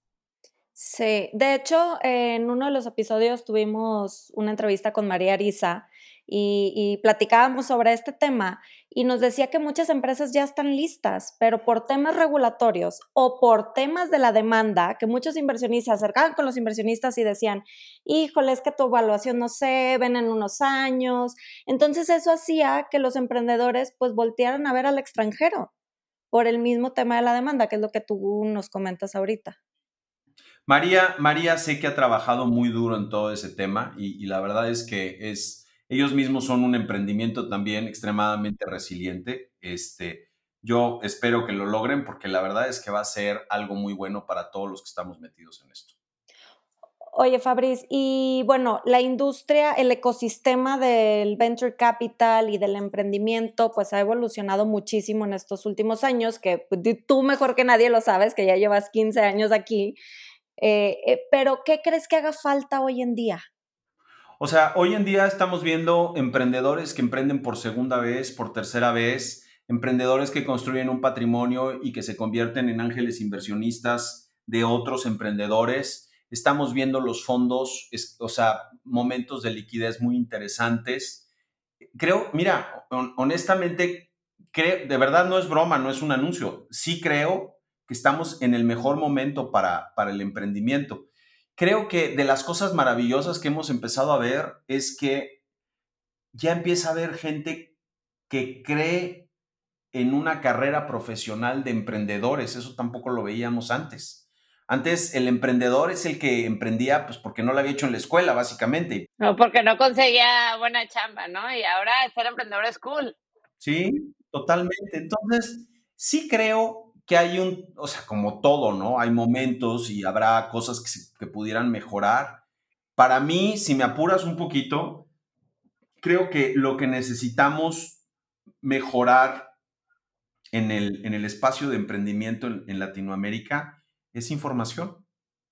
Sí, de hecho, en uno de los episodios tuvimos una entrevista con María Arisa y, y platicábamos sobre este tema y nos decía que muchas empresas ya están listas, pero por temas regulatorios o por temas de la demanda, que muchos inversionistas se acercaban con los inversionistas y decían, híjole, es que tu evaluación no se ven en unos años. Entonces eso hacía que los emprendedores pues voltearan a ver al extranjero por el mismo tema de la demanda, que es lo que tú nos comentas ahorita. María, María sé que ha trabajado muy duro en todo ese tema y, y la verdad es que es, ellos mismos son un emprendimiento también extremadamente resiliente. Este, yo espero que lo logren porque la verdad es que va a ser algo muy bueno para todos los que estamos metidos en esto. Oye, Fabriz, y bueno, la industria, el ecosistema del venture capital y del emprendimiento, pues ha evolucionado muchísimo en estos últimos años, que tú mejor que nadie lo sabes, que ya llevas quince años aquí. Eh, eh, pero, ¿qué crees que haga falta hoy en día? O sea, hoy en día estamos viendo emprendedores que emprenden por segunda vez, por tercera vez, emprendedores que construyen un patrimonio y que se convierten en ángeles inversionistas de otros emprendedores. Estamos viendo los fondos, es, o sea, momentos de liquidez muy interesantes. Creo, mira, on, honestamente, creo, de verdad no es broma, no es un anuncio. Sí creo que estamos en el mejor momento para, para el emprendimiento. Creo que de las cosas maravillosas que hemos empezado a ver es que ya empieza a haber gente que cree en una carrera profesional de emprendedores. Eso tampoco lo veíamos antes. Antes el emprendedor es el que emprendía pues porque no lo había hecho en la escuela, básicamente. No, porque no conseguía buena chamba, ¿no? Y ahora ser emprendedor es cool. Sí, totalmente. Entonces, sí creo que hay un, o sea, como todo, ¿no? Hay momentos y habrá cosas que, se, que pudieran mejorar. Para mí, si me apuras un poquito, creo que lo que necesitamos mejorar en el, en el espacio de emprendimiento en, en Latinoamérica es información.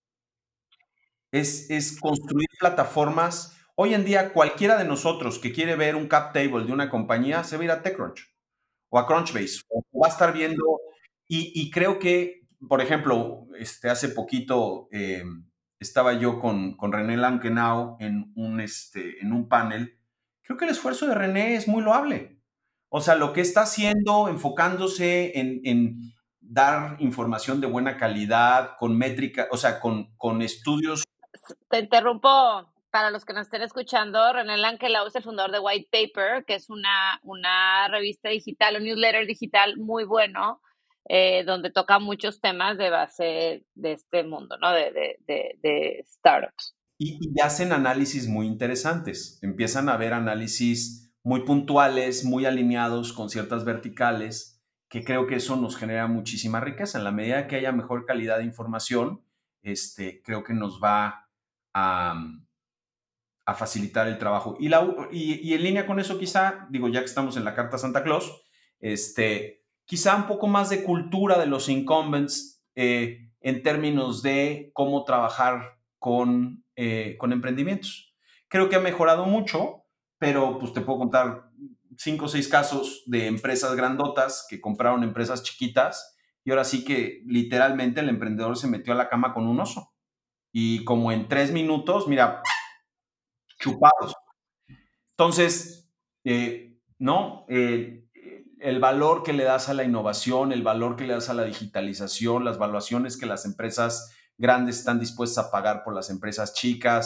Es, es construir plataformas. Hoy en día, cualquiera de nosotros que quiere ver un cap table de una compañía se va a ir a TechCrunch o a Crunchbase, o va a estar viendo, y, y creo que, por ejemplo, este, hace poquito eh, estaba yo con, con René Lankenau en un, este, en un panel. Creo que el esfuerzo de René es muy loable. O sea, lo que está haciendo, enfocándose en, en dar información de buena calidad, con métrica, o sea, con, con estudios. Te interrumpo. Para los que nos estén escuchando, René Lankenau es el fundador de White Paper, que es una, una revista digital, un newsletter digital muy bueno, eh, donde toca muchos temas de base de este mundo, ¿no? De, de, de, de startups. Y, y hacen análisis muy interesantes. Empiezan a ver análisis muy puntuales, muy alineados con ciertas verticales, que creo que eso nos genera muchísima riqueza. En la medida que haya mejor calidad de información, este, creo que nos va a... a facilitar el trabajo. Y, la, y, y en línea con eso quizá, digo, ya que estamos en la carta Santa Claus, este, quizá un poco más de cultura de los incumbents eh, en términos de cómo trabajar con, eh, con emprendimientos. Creo que ha mejorado mucho, pero pues te puedo contar cinco o seis casos de empresas grandotas que compraron empresas chiquitas y ahora sí que literalmente el emprendedor se metió a la cama con un oso. Y como en tres minutos, mira, chupados. Entonces, eh, ¿no? Eh, el valor que le das a la innovación, el valor que le das a la digitalización, las valuaciones que las empresas grandes están dispuestas a pagar por las empresas chicas,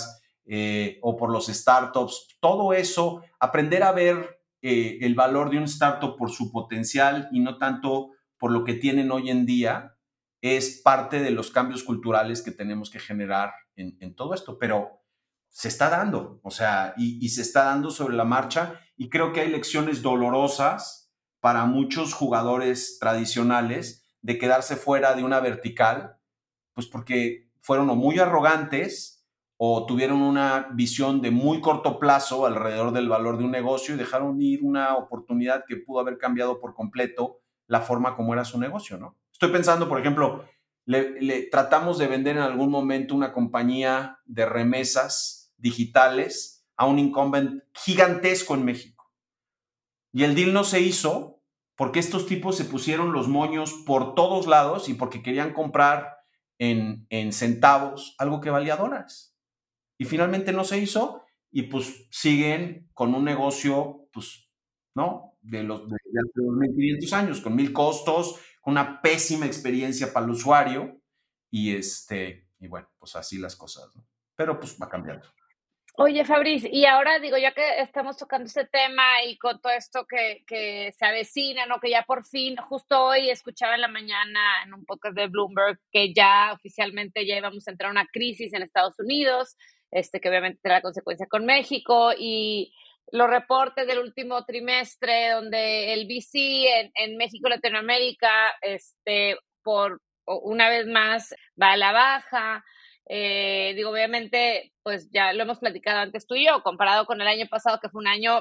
eh, o por los startups. Todo eso, aprender a ver eh, el valor de un startup por su potencial y no tanto por lo que tienen hoy en día, es parte de los cambios culturales que tenemos que generar en, en todo esto. Pero se está dando, o sea, y, y se está dando sobre la marcha, y creo que hay lecciones dolorosas para muchos jugadores tradicionales de quedarse fuera de una vertical, pues porque fueron o muy arrogantes o tuvieron una visión de muy corto plazo alrededor del valor de un negocio y dejaron ir una oportunidad que pudo haber cambiado por completo la forma como era su negocio, ¿no? Estoy pensando, por ejemplo, le, le tratamos de vender en algún momento una compañía de remesas digitales a un incumbent gigantesco en México. Y el deal no se hizo porque estos tipos se pusieron los moños por todos lados y porque querían comprar en, en centavos algo que valía dólares. Y finalmente no se hizo y pues siguen con un negocio, pues, ¿no? De los de, de hace dos mil quinientos años, con mil costos, con una pésima experiencia para el usuario y este, y bueno, pues así las cosas, ¿no? Pero pues va cambiando. Oye, Fabriz, y ahora digo, ya que estamos tocando este tema y con todo esto que, que se avecina, ¿no? Que ya por fin, justo hoy escuchaba en la mañana en un podcast de Bloomberg que ya oficialmente ya íbamos a entrar a una crisis en Estados Unidos, este, que obviamente tendrá consecuencia con México, y los reportes del último trimestre donde el V C en, en México y Latinoamérica, este, por una vez más va a la baja. Eh, digo, obviamente, pues ya lo hemos platicado antes tú y yo, comparado con el año pasado, que fue un año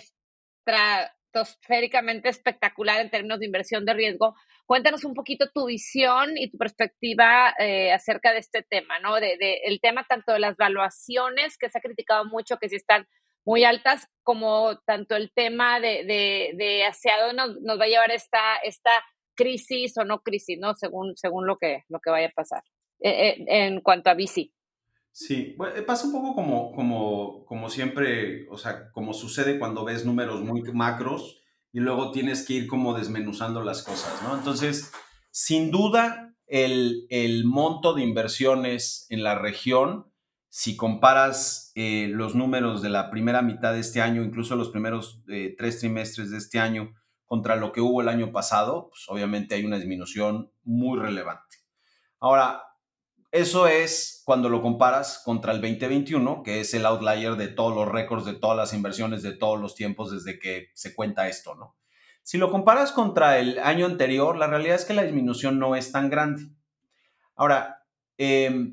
estratosféricamente espectacular en términos de inversión de riesgo. Cuéntanos un poquito tu visión y tu perspectiva eh, acerca de este tema, ¿no? De, de el tema tanto de las valuaciones, que se ha criticado mucho, que sí están muy altas, como tanto el tema de, de, de hacia dónde nos, nos va a llevar esta, esta crisis o no crisis, ¿no? Según, según lo que, lo que vaya a pasar. En cuanto a V C. Sí, bueno, pasa un poco como, como, como siempre, o sea, como sucede cuando ves números muy macros y luego tienes que ir como desmenuzando las cosas, ¿no? Entonces, sin duda, el, el monto de inversiones en la región, si comparas eh, los números de la primera mitad de este año, incluso los primeros eh, tres trimestres de este año, contra lo que hubo el año pasado, pues obviamente hay una disminución muy relevante. Ahora, eso es cuando lo comparas contra el veinte veintiuno, que es el outlier de todos los récords, de todas las inversiones de todos los tiempos desde que se cuenta esto, ¿no? Si lo comparas contra el año anterior, la realidad es que la disminución no es tan grande. Ahora, eh,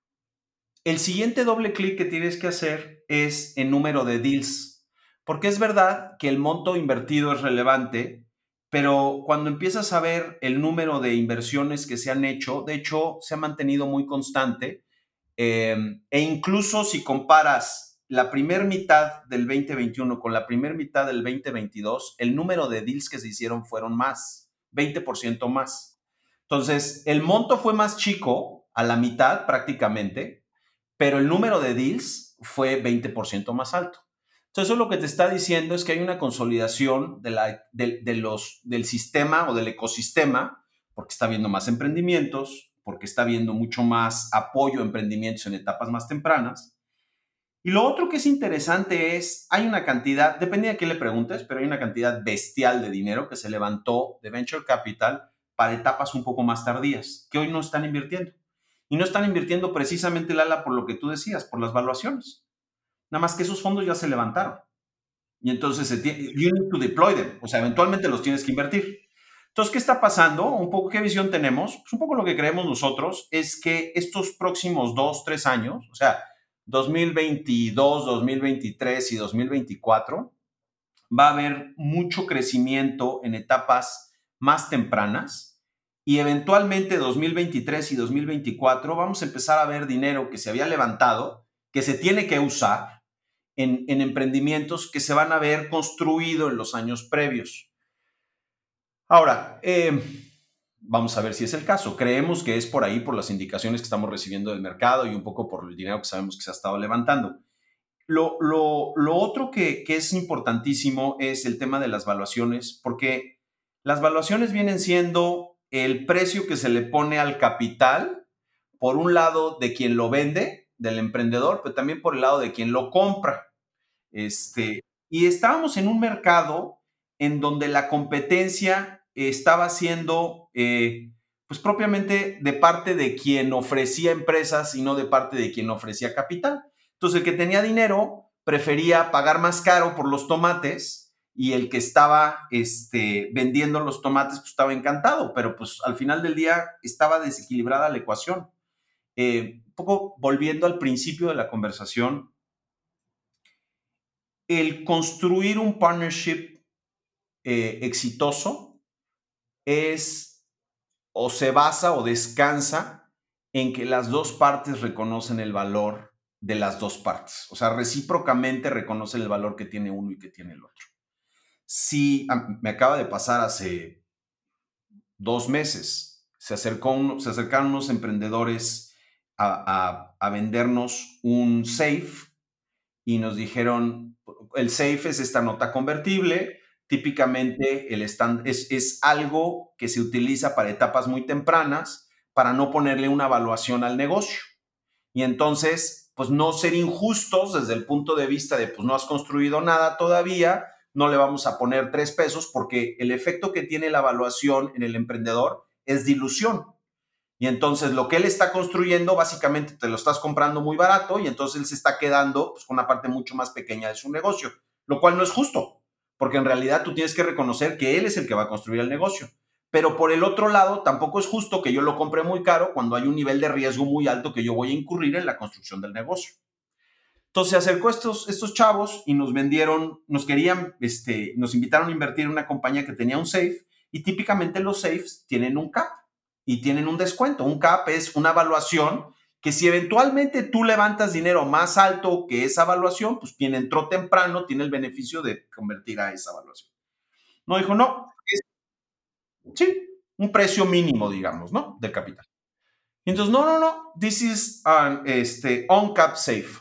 el siguiente doble clic que tienes que hacer es en número de deals, porque es verdad que el monto invertido es relevante, pero cuando empiezas a ver el número de inversiones que se han hecho, de hecho, se ha mantenido muy constante. Eh, e incluso si comparas la primera mitad del veinte veintiuno con la primera mitad del veinte veintidós, el número de deals que se hicieron fueron más, veinte por ciento más. Entonces, el monto fue más chico, a la mitad prácticamente, pero el número de deals fue veinte por ciento más alto. Entonces, eso lo que te está diciendo es que hay una consolidación de la, de, de los, del sistema o del ecosistema, porque está habiendo más emprendimientos, porque está habiendo mucho más apoyo a emprendimientos en etapas más tempranas. Y lo otro que es interesante es, hay una cantidad, depende de a quién le preguntes, pero hay una cantidad bestial de dinero que se levantó de Venture Capital para etapas un poco más tardías, que hoy no están invirtiendo. Y no están invirtiendo precisamente, Lala, por lo que tú decías, por las valuaciones. Nada más que esos fondos ya se levantaron. Y entonces, you need to deploy them. O sea, eventualmente los tienes que invertir. Entonces, ¿qué está pasando? Un poco, ¿qué visión tenemos? Pues un poco lo que creemos nosotros es que estos próximos dos, tres años, o sea, dos mil veintidós, dos mil veintitrés y dos mil veinticuatro, va a haber mucho crecimiento en etapas más tempranas y eventualmente dos mil veintitrés y dos mil veinticuatro vamos a empezar a ver dinero que se había levantado, que se tiene que usar en, en emprendimientos que se van a ver construidos en los años previos. Ahora, eh, vamos a ver si es el caso. Creemos que es por ahí, por las indicaciones que estamos recibiendo del mercado y un poco por el dinero que sabemos que se ha estado levantando. Lo, lo, lo otro que, que es importantísimo es el tema de las valuaciones, porque las valuaciones vienen siendo el precio que se le pone al capital, por un lado, de quien lo vende del emprendedor, pero también por el lado de quien lo compra. Este, y estábamos en un mercado en donde la competencia estaba siendo, eh, pues propiamente de parte de quien ofrecía empresas y no de parte de quien ofrecía capital. Entonces, el que tenía dinero prefería pagar más caro por los tomates y el que estaba este, vendiendo los tomates pues estaba encantado, pero pues al final del día estaba desequilibrada la ecuación. Eh, un poco volviendo al principio de la conversación, el construir un partnership eh, exitoso es o se basa o descansa en que las dos partes reconocen el valor de las dos partes. O sea, recíprocamente reconocen el valor que tiene uno y que tiene el otro. Si me acaba de pasar hace dos meses, se, acercó un, se acercaron unos emprendedores a, a, a vendernos un safe y nos dijeron, el safe es esta nota convertible, típicamente el stand es, es algo que se utiliza para etapas muy tempranas para no ponerle una evaluación al negocio. Y entonces, pues no ser injustos desde el punto de vista de, pues no has construido nada todavía, no le vamos a poner tres pesos porque el efecto que tiene la evaluación en el emprendedor es dilución. Y entonces lo que él está construyendo, básicamente te lo estás comprando muy barato y entonces él se está quedando pues, con una parte mucho más pequeña de su negocio, lo cual no es justo, porque en realidad tú tienes que reconocer que él es el que va a construir el negocio. Pero por el otro lado, tampoco es justo que yo lo compre muy caro cuando hay un nivel de riesgo muy alto que yo voy a incurrir en la construcción del negocio. Entonces se acercó estos, estos chavos y nos vendieron, nos querían, este, nos invitaron a invertir en una compañía que tenía un safe y típicamente los safes tienen un cap y tienen un descuento. Un cap es una evaluación que si eventualmente tú levantas dinero más alto que esa evaluación, pues quien entró temprano tiene el beneficio de convertir a esa evaluación. No, dijo, no, es, sí, un precio mínimo, digamos, ¿no? Del capital. Y entonces, no, no, no, this is an este, on-cap safe.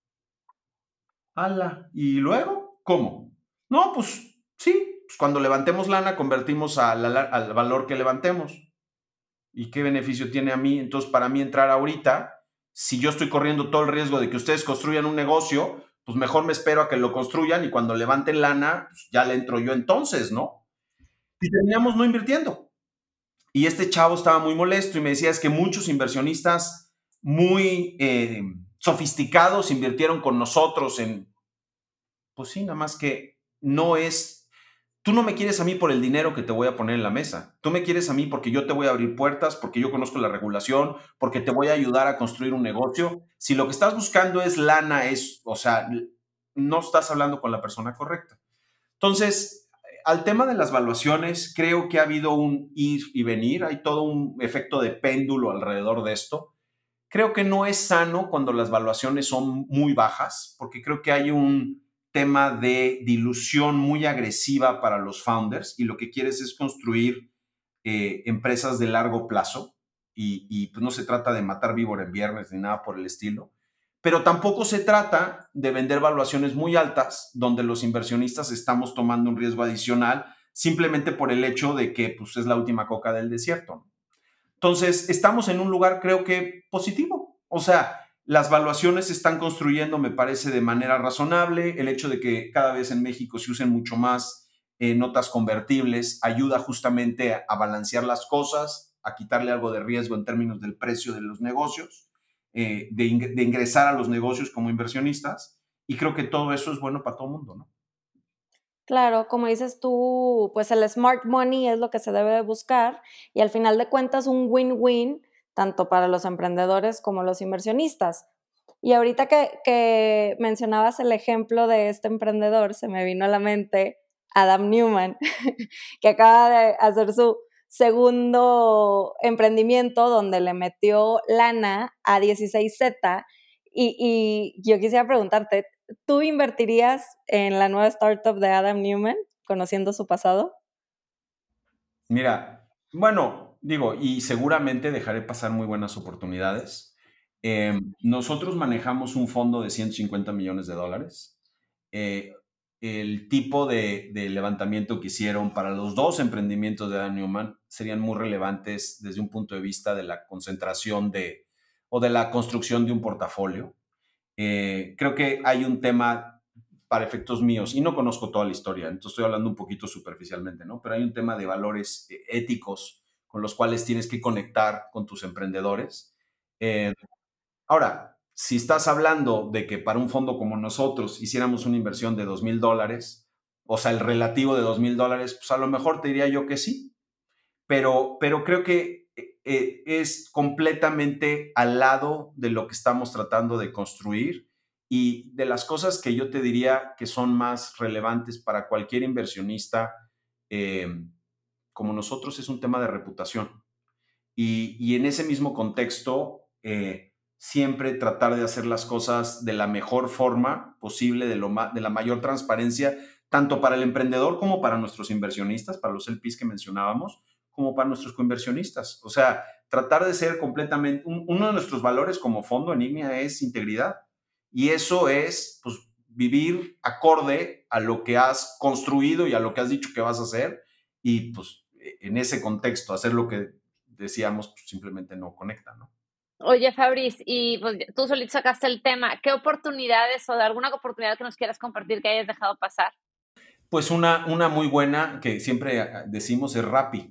¡Hala! ¿Y luego? ¿Cómo? No, pues sí, pues cuando levantemos lana convertimos a la, al valor que levantemos. ¿Y qué beneficio tiene a mí? Entonces, para mí entrar ahorita, si yo estoy corriendo todo el riesgo de que ustedes construyan un negocio, pues mejor me espero a que lo construyan y cuando levanten lana, pues ya le entro yo entonces, ¿no? Y terminamos no invirtiendo. Y este chavo estaba muy molesto y me decía, es que muchos inversionistas muy eh, sofisticados invirtieron con nosotros en... Pues sí, nada más que no es... Tú no me quieres a mí por el dinero que te voy a poner en la mesa. Tú me quieres a mí porque yo te voy a abrir puertas, porque yo conozco la regulación, porque te voy a ayudar a construir un negocio. Si lo que estás buscando es lana, es, o sea, no estás hablando con la persona correcta. Entonces, al tema de las valuaciones, creo que ha habido un ir y venir. Hay todo un efecto de péndulo alrededor de esto. Creo que no es sano cuando las valuaciones son muy bajas, porque creo que hay un tema de dilución muy agresiva para los founders y lo que quieres es construir eh, empresas de largo plazo y, y pues no se trata de matar víbora en viernes ni nada por el estilo, pero tampoco se trata de vender valuaciones muy altas donde los inversionistas estamos tomando un riesgo adicional simplemente por el hecho de que pues, es la última coca del desierto. Entonces, estamos en un lugar creo que positivo, o sea, las valuaciones se están construyendo, me parece, de manera razonable. El hecho de que cada vez en México se usen mucho más eh, notas convertibles ayuda justamente a, a balancear las cosas, a quitarle algo de riesgo en términos del precio de los negocios, eh, de, ing de ingresar a los negocios como inversionistas. Y creo que todo eso es bueno para todo el mundo, ¿no? Claro, como dices tú, pues el smart money es lo que se debe de buscar y al final de cuentas un win-win tanto para los emprendedores como los inversionistas. Y ahorita que, que mencionabas el ejemplo de este emprendedor, se me vino a la mente Adam Neumann, que acaba de hacer su segundo emprendimiento donde le metió lana a dieciséis Z y, y yo quisiera preguntarte, ¿tú invertirías en la nueva startup de Adam Neumann, conociendo su pasado? Mira, bueno, digo, y seguramente dejaré pasar muy buenas oportunidades. Eh, nosotros manejamos un fondo de ciento cincuenta millones de dólares. Eh, el tipo de, de levantamiento que hicieron para los dos emprendimientos de Adam Neumann serían muy relevantes desde un punto de vista de la concentración de, o de la construcción de un portafolio. Eh, creo que hay un tema para efectos míos, y no conozco toda la historia, entonces estoy hablando un poquito superficialmente, ¿no? Pero hay un tema de valores eh, éticos con los cuales tienes que conectar con tus emprendedores. Eh, ahora, si estás hablando de que para un fondo como nosotros hiciéramos una inversión de dos mil dólares, o sea, el relativo de dos mil dólares, pues a lo mejor te diría yo que sí, pero, pero creo que eh, es completamente al lado de lo que estamos tratando de construir y de las cosas que yo te diría que son más relevantes para cualquier inversionista eh, como nosotros es un tema de reputación. Y, y en ese mismo contexto, eh, siempre tratar de hacer las cosas de la mejor forma posible, de, lo ma- de la mayor transparencia, tanto para el emprendedor como para nuestros inversionistas, para los L Ps que mencionábamos, como para nuestros coinversionistas. O sea, tratar de ser completamente, un- uno de nuestros valores como fondo en Ignea es integridad. Y eso es, pues, vivir acorde a lo que has construido y a lo que has dicho que vas a hacer. Y, pues, en ese contexto, hacer lo que decíamos, pues, simplemente no conecta, ¿no? Oye, Fabriz, y pues tú solito sacaste el tema. ¿Qué oportunidades o de alguna oportunidad que nos quieras compartir que hayas dejado pasar? Pues una, una muy buena que siempre decimos es Rappi.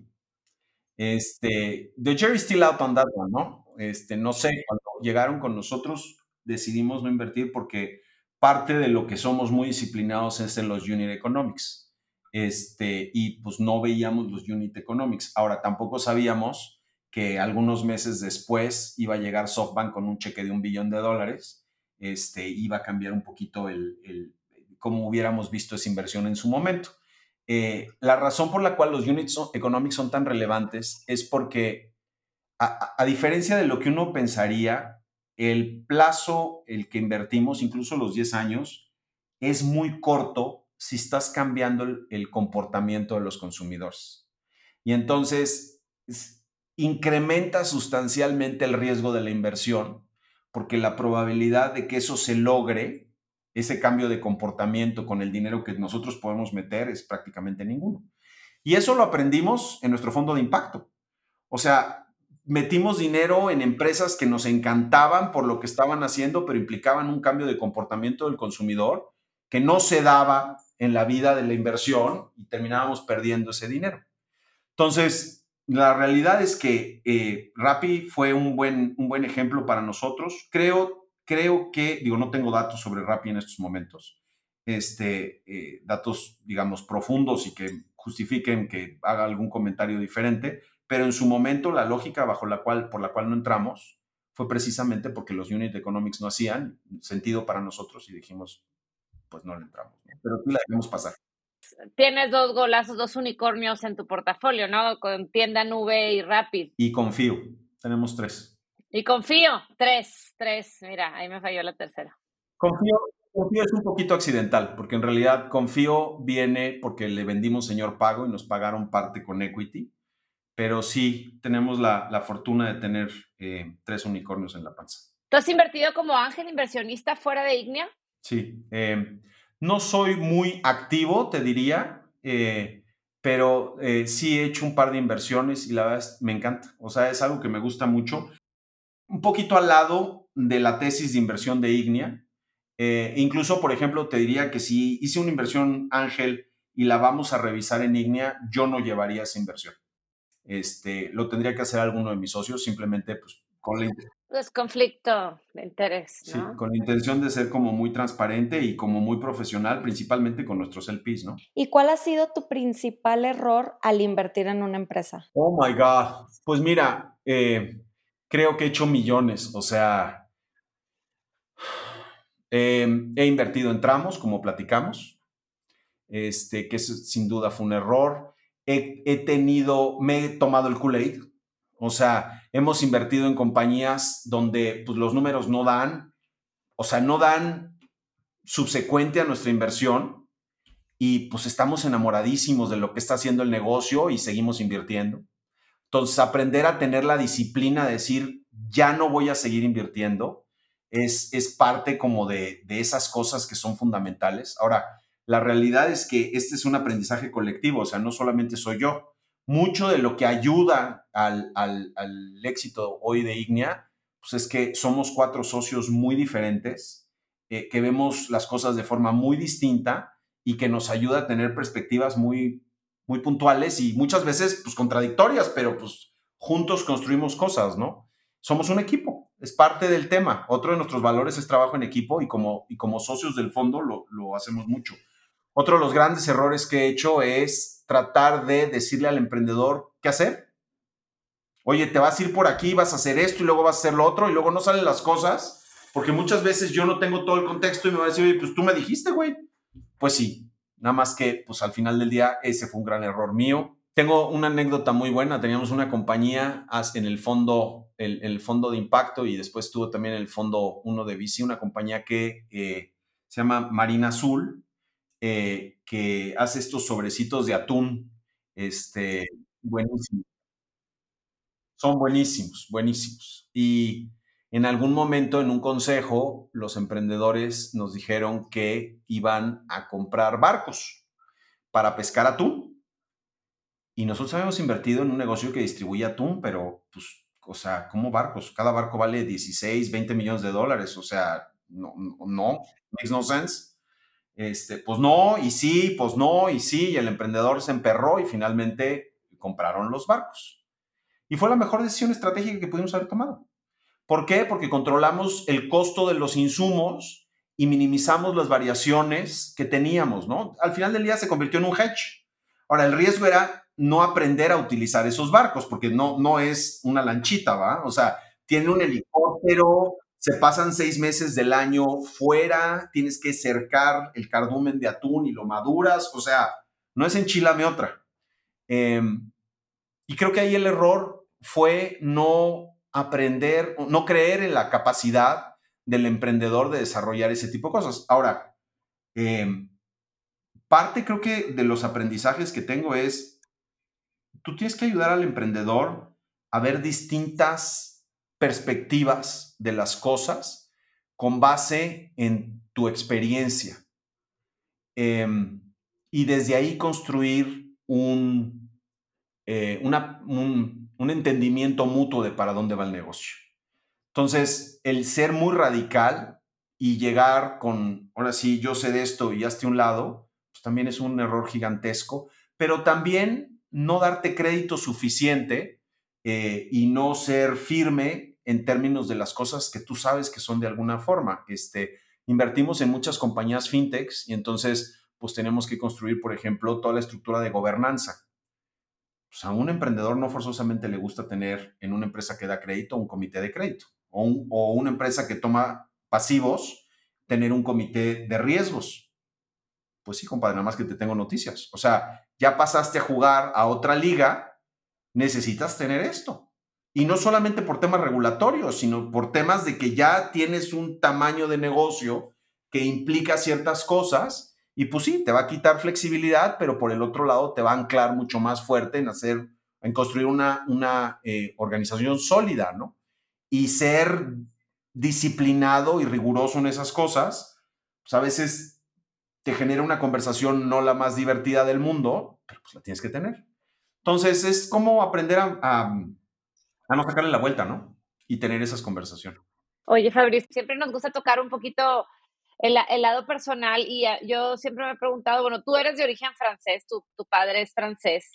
Este, the jury's still out on that one, ¿no? Este, no sé, cuando llegaron con nosotros decidimos no invertir porque parte de lo que somos muy disciplinados es en los unit economics. Este, y pues no veíamos los unit economics. Ahora, tampoco sabíamos que algunos meses después iba a llegar SoftBank con un cheque de un billón de dólares. Este, iba a cambiar un poquito el, el cómo hubiéramos visto esa inversión en su momento. Eh, la razón por la cual los units economics son tan relevantes es porque, a, a, diferencia de lo que uno pensaría, el plazo, el que invertimos, incluso los diez años, es muy corto si estás cambiando el, el comportamiento de los consumidores. Y entonces incrementa sustancialmente el riesgo de la inversión, porque la probabilidad de que eso se logre, ese cambio de comportamiento con el dinero que nosotros podemos meter, es prácticamente ninguno. Y eso lo aprendimos en nuestro fondo de impacto. O sea, metimos dinero en empresas que nos encantaban por lo que estaban haciendo, pero implicaban un cambio de comportamiento del consumidor que no se daba en la vida de la inversión y terminábamos perdiendo ese dinero. Entonces, la realidad es que eh, Rappi fue un buen, un buen ejemplo para nosotros. Creo, creo que, digo, no tengo datos sobre Rappi en estos momentos, este, eh, datos, digamos, profundos y que justifiquen que haga algún comentario diferente, pero en su momento la lógica bajo la cual, por la cual no entramos fue precisamente porque los unit economics no hacían sentido para nosotros y dijimos, pues no le entramos, ¿no? Pero sí la dejamos pasar. Tienes dos golazos, dos unicornios en tu portafolio, ¿no? Con Tienda Nube y Rappi. Y Confío, tenemos tres. Y Confío, tres, tres. Mira, ahí me falló la tercera. Confío, Confío es un poquito accidental, porque en realidad Confío viene porque le vendimos señor pago y nos pagaron parte con equity, pero sí tenemos la, la fortuna de tener eh, tres unicornios en la panza. ¿Tú has invertido como ángel inversionista fuera de Ignea? Sí, eh, no soy muy activo, te diría, eh, pero eh, sí he hecho un par de inversiones y la verdad es, me encanta. O sea, es algo que me gusta mucho. Un poquito al lado de la tesis de inversión de Ignea. Eh, incluso, por ejemplo, te diría que si hice una inversión ángel y la vamos a revisar en Ignea, yo no llevaría esa inversión. Este, lo tendría que hacer alguno de mis socios, simplemente pues, con la, Pues conflicto de interés, sí, ¿no? con la intención de ser como muy transparente y como muy profesional, principalmente con nuestros L Ps, ¿no? ¿Y cuál ha sido tu principal error al invertir en una empresa? Oh my God. Pues mira, eh, creo que he hecho millones, o sea, eh, he invertido en tramos, como platicamos, este, que sin duda fue un error. He, he tenido, me he tomado el Kool-Aid, o sea, hemos invertido en compañías donde pues, los números no dan, o sea, no dan subsecuente a nuestra inversión y pues estamos enamoradísimos de lo que está haciendo el negocio y seguimos invirtiendo. Entonces, aprender a tener la disciplina de decir, ya no voy a seguir invirtiendo, es, es parte como de, de esas cosas que son fundamentales. Ahora, la realidad es que este es un aprendizaje colectivo, o sea, no solamente soy yo. Mucho de lo que ayuda al, al, al éxito hoy de Ignea pues es que somos cuatro socios muy diferentes, eh, que vemos las cosas de forma muy distinta y que nos ayuda a tener perspectivas muy, muy puntuales y muchas veces pues contradictorias, pero pues juntos construimos cosas, ¿no? Somos un equipo, es parte del tema. Otro de nuestros valores es trabajo en equipo y como, y como socios del fondo lo, lo hacemos mucho. Otro de los grandes errores que he hecho es tratar de decirle al emprendedor qué hacer. Oye, te vas a ir por aquí, vas a hacer esto y luego vas a hacer lo otro y luego no salen las cosas porque muchas veces yo no tengo todo el contexto y me va a decir, oye, pues tú me dijiste, güey. Pues sí, nada más que pues al final del día ese fue un gran error mío. Tengo una anécdota muy buena. Teníamos una compañía en el fondo, el, el fondo de impacto y después tuvo también el fondo uno de V C, una compañía que eh, se llama Marina Azul, eh, que hace estos sobrecitos de atún. Este, buenísimo. Son buenísimos, buenísimos. Y en algún momento en un consejo, los emprendedores nos dijeron que iban a comprar barcos para pescar atún. Y nosotros habíamos invertido en un negocio que distribuye atún, pero, pues, o sea, ¿cómo barcos? Cada barco vale dieciséis, veinte millones de dólares. O sea, no, no, no, makes no sense. Este, pues no, y sí, pues no, y sí. Y el emprendedor se emperró y finalmente compraron los barcos. Y fue la mejor decisión estratégica que pudimos haber tomado. ¿Por qué? Porque controlamos el costo de los insumos y minimizamos las variaciones que teníamos, ¿no? Al final del día se convirtió en un hedge. Ahora, el riesgo era no aprender a utilizar esos barcos, porque no, no es una lanchita, ¿va? O sea, tiene un helicóptero, se pasan seis meses del año fuera, tienes que cercar el cardumen de atún y lo maduras, o sea, no es enchilame otra. Eh, y creo que ahí el error fue no aprender, no creer en la capacidad del emprendedor de desarrollar ese tipo de cosas. Ahora, eh, parte creo que de los aprendizajes que tengo es, tú tienes que ayudar al emprendedor a ver distintas perspectivas de las cosas con base en tu experiencia. Eh, y desde ahí construir un, eh, una, un, un entendimiento mutuo de para dónde va el negocio. Entonces, el ser muy radical y llegar con, ahora sí, yo sé de esto y hazte un lado, pues también es un error gigantesco, pero también no darte crédito suficiente eh, y no ser firme en términos de las cosas que tú sabes que son de alguna forma. Este, invertimos en muchas compañías fintechs y entonces pues tenemos que construir, por ejemplo, toda la estructura de gobernanza. Pues a un emprendedor no forzosamente le gusta tener en una empresa que da crédito un comité de crédito o, un, o una empresa que toma pasivos, tener un comité de riesgos. Pues sí, compadre, nada más que te tengo noticias. O sea, ya pasaste a jugar a otra liga, necesitas tener esto. Y no solamente por temas regulatorios, sino por temas de que ya tienes un tamaño de negocio que implica ciertas cosas. Y pues sí, te va a quitar flexibilidad, pero por el otro lado te va a anclar mucho más fuerte en hacer, en construir una, una eh, organización sólida, ¿no? Y ser disciplinado y riguroso en esas cosas, pues a veces te genera una conversación no la más divertida del mundo, pero pues la tienes que tener. Entonces es como aprender a, a, a no sacarle la vuelta, ¿no? Y tener esas conversaciones. Oye, Fabriz, siempre nos gusta tocar un poquito el, el lado personal y uh, yo siempre me he preguntado, bueno, tú eres de origen francés, tu, tu padre es francés,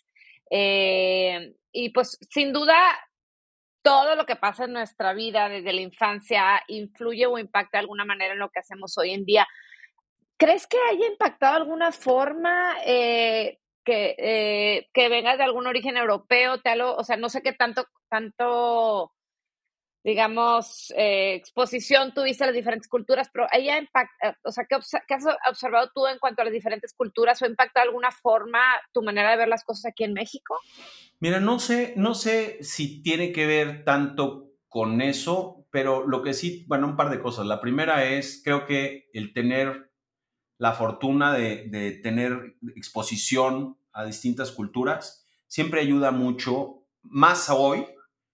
eh, y pues sin duda todo lo que pasa en nuestra vida desde la infancia influye o impacta de alguna manera en lo que hacemos hoy en día. ¿Crees que haya impactado de alguna forma eh, que, eh, que vengas de algún origen europeo? Te lo, o sea, no sé qué tanto, tanto digamos, eh, exposición tuviste a las diferentes culturas, pero haya impacta, o sea, ¿qué, ¿qué has observado tú en cuanto a las diferentes culturas o impacta de alguna forma tu manera de ver las cosas aquí en México? Mira, no sé, no sé si tiene que ver tanto con eso, pero lo que sí, bueno, un par de cosas. La primera es, creo que el tener la fortuna de, de tener exposición a distintas culturas siempre ayuda mucho, más hoy,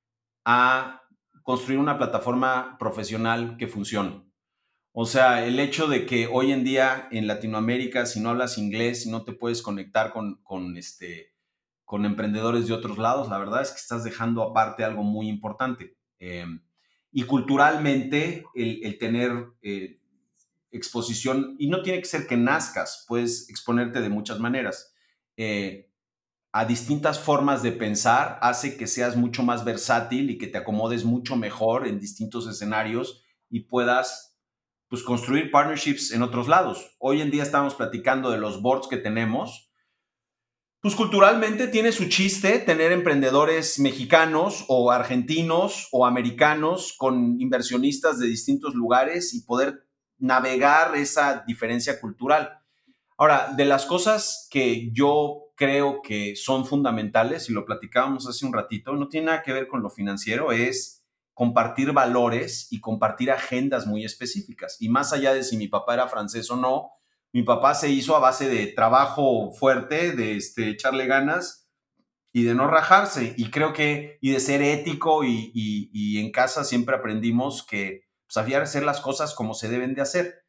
a construir una plataforma profesional que funcione. O sea, el hecho de que hoy en día en Latinoamérica, si no hablas inglés, si no te puedes conectar con, con, este, con emprendedores de otros lados, la verdad es que estás dejando aparte algo muy importante. Eh, y culturalmente el, el tener eh, exposición, y no tiene que ser que nazcas, puedes exponerte de muchas maneras, eh, a distintas formas de pensar, hace que seas mucho más versátil y que te acomodes mucho mejor en distintos escenarios y puedas pues, construir partnerships en otros lados. Hoy en día estamos platicando de los boards que tenemos. Pues culturalmente tiene su chiste tener emprendedores mexicanos o argentinos o americanos con inversionistas de distintos lugares y poder navegar esa diferencia cultural. Ahora, de las cosas que yo creo que son fundamentales, y lo platicábamos hace un ratito, no tiene nada que ver con lo financiero, es compartir valores y compartir agendas muy específicas. Y más allá de si mi papá era francés o no, mi papá se hizo a base de trabajo fuerte, de este, echarle ganas y de no rajarse. Y creo que, y de ser ético, y, y, y en casa siempre aprendimos que pues, había que hacer las cosas como se deben de hacer.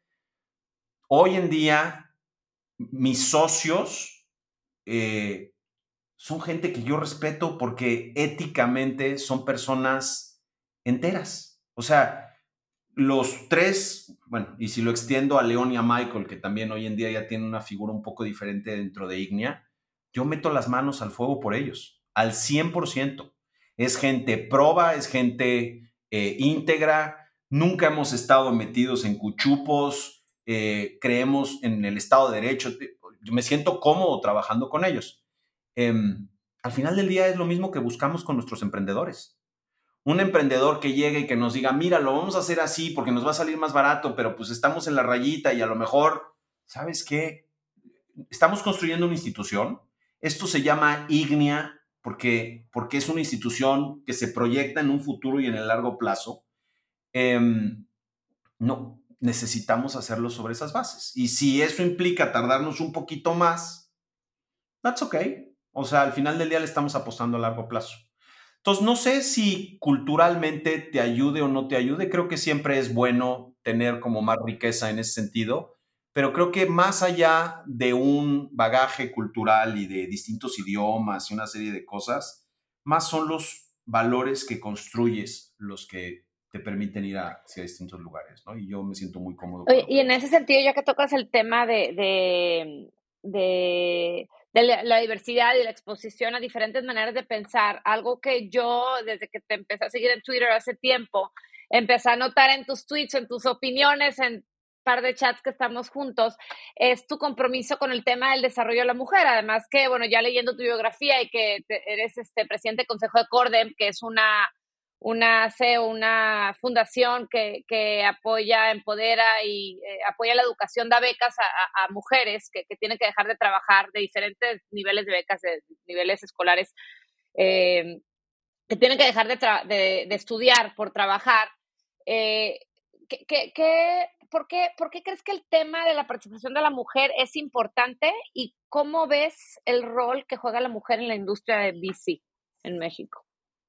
Hoy en día, mis socios eh, son gente que yo respeto porque éticamente son personas enteras. O sea, los tres, bueno, y si lo extiendo a León y a Michael, que también hoy en día ya tienen una figura un poco diferente dentro de Ignea, yo meto las manos al fuego por ellos, al cien por ciento. Es gente proba, es gente eh, íntegra, nunca hemos estado metidos en cuchupos, eh, creemos en el Estado de Derecho, yo me siento cómodo trabajando con ellos. Eh, al final del día es lo mismo que buscamos con nuestros emprendedores. Un emprendedor que llegue y que nos diga, mira, lo vamos a hacer así porque nos va a salir más barato, pero pues estamos en la rayita y a lo mejor, ¿sabes qué? Estamos construyendo una institución. Esto se llama Ignea porque, porque es una institución que se proyecta en un futuro y en el largo plazo. Eh, no, necesitamos hacerlo sobre esas bases. Y si eso implica tardarnos un poquito más, that's okay. O sea, al final del día le estamos apostando a largo plazo. Entonces, no sé si culturalmente te ayude o no te ayude. Creo que siempre es bueno tener como más riqueza en ese sentido, pero creo que más allá de un bagaje cultural y de distintos idiomas y una serie de cosas, más son los valores que construyes los que te permiten ir a, hacia distintos lugares, ¿no? Y yo me siento muy cómodo. Oye, y en ese sentido, ya que tocas el tema de, de, de de la, la diversidad y la exposición a diferentes maneras de pensar, algo que yo, desde que te empecé a seguir en Twitter hace tiempo, empecé a notar en tus tweets, en tus opiniones, en un par de chats que estamos juntos, es tu compromiso con el tema del desarrollo de la mujer. Además que, bueno, ya leyendo tu biografía y que te, eres este presidente del Consejo de Cordem, que es una... una C E O, una fundación que, que apoya, empodera y eh, apoya la educación, da becas a, a, a mujeres que, que tienen que dejar de trabajar, de diferentes niveles de becas, de niveles escolares, eh, que tienen que dejar de, tra- de, de estudiar por trabajar. Eh, ¿qué, qué, qué, por, qué, ¿Por qué crees que el tema de la participación de la mujer es importante y cómo ves el rol que juega la mujer en la industria de V C en México?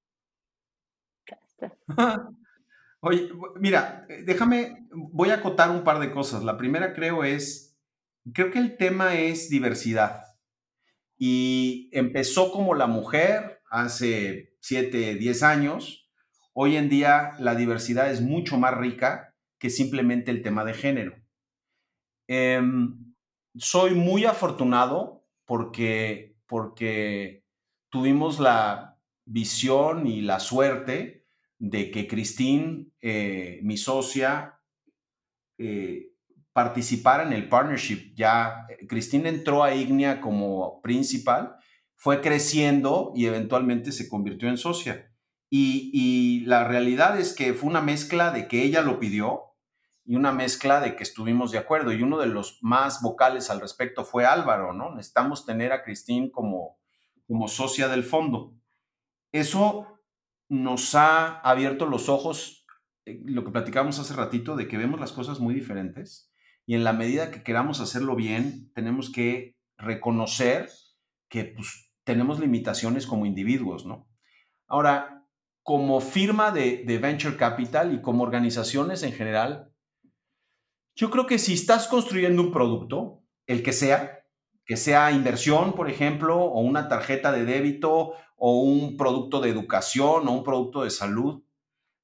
Oye, mira, déjame, voy a acotar un par de cosas. La primera creo es, creo que el tema es diversidad. Y empezó como la mujer hace siete, diez años. Hoy en día la diversidad es mucho más rica que simplemente el tema de género. Eh, soy muy afortunado porque, porque tuvimos la visión y la suerte de que Christine, eh, mi socia, eh, participara en el partnership. Ya Christine entró a Ignea como principal, fue creciendo y eventualmente se convirtió en socia. Y, y la realidad es que fue una mezcla de que ella lo pidió y una mezcla de que estuvimos de acuerdo. Y uno de los más vocales al respecto fue Álvaro, ¿no? Necesitamos tener a Christine como, como socia del fondo. Eso nos ha abierto los ojos, eh, lo que platicábamos hace ratito, de que vemos las cosas muy diferentes y en la medida que queramos hacerlo bien, tenemos que reconocer que pues, tenemos limitaciones como individuos, ¿no? Ahora, como firma de, de Venture Capital y como organizaciones en general, yo creo que si estás construyendo un producto, el que sea, que sea inversión, por ejemplo, o una tarjeta de débito, o un producto de educación, o un producto de salud,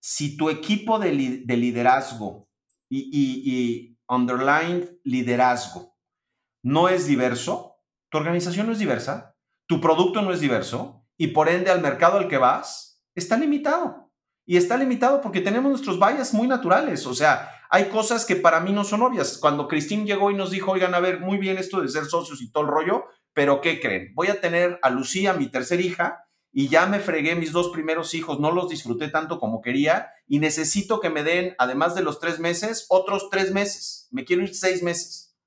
si tu equipo de, li de liderazgo y, y, y underline liderazgo no es diverso, tu organización no es diversa, tu producto no es diverso y por ende al mercado al que vas está limitado. Y está limitado porque tenemos nuestros bias muy naturales. O sea, hay cosas que para mí no son obvias. Cuando Christine llegó y nos dijo, oigan, a ver, muy bien esto de ser socios y todo el rollo, pero ¿qué creen? Voy a tener a Lucía, mi tercer hija, y ya me fregué mis dos primeros hijos, no los disfruté tanto como quería y necesito que me den, además de los tres meses, otros tres meses. Me quiero ir seis meses.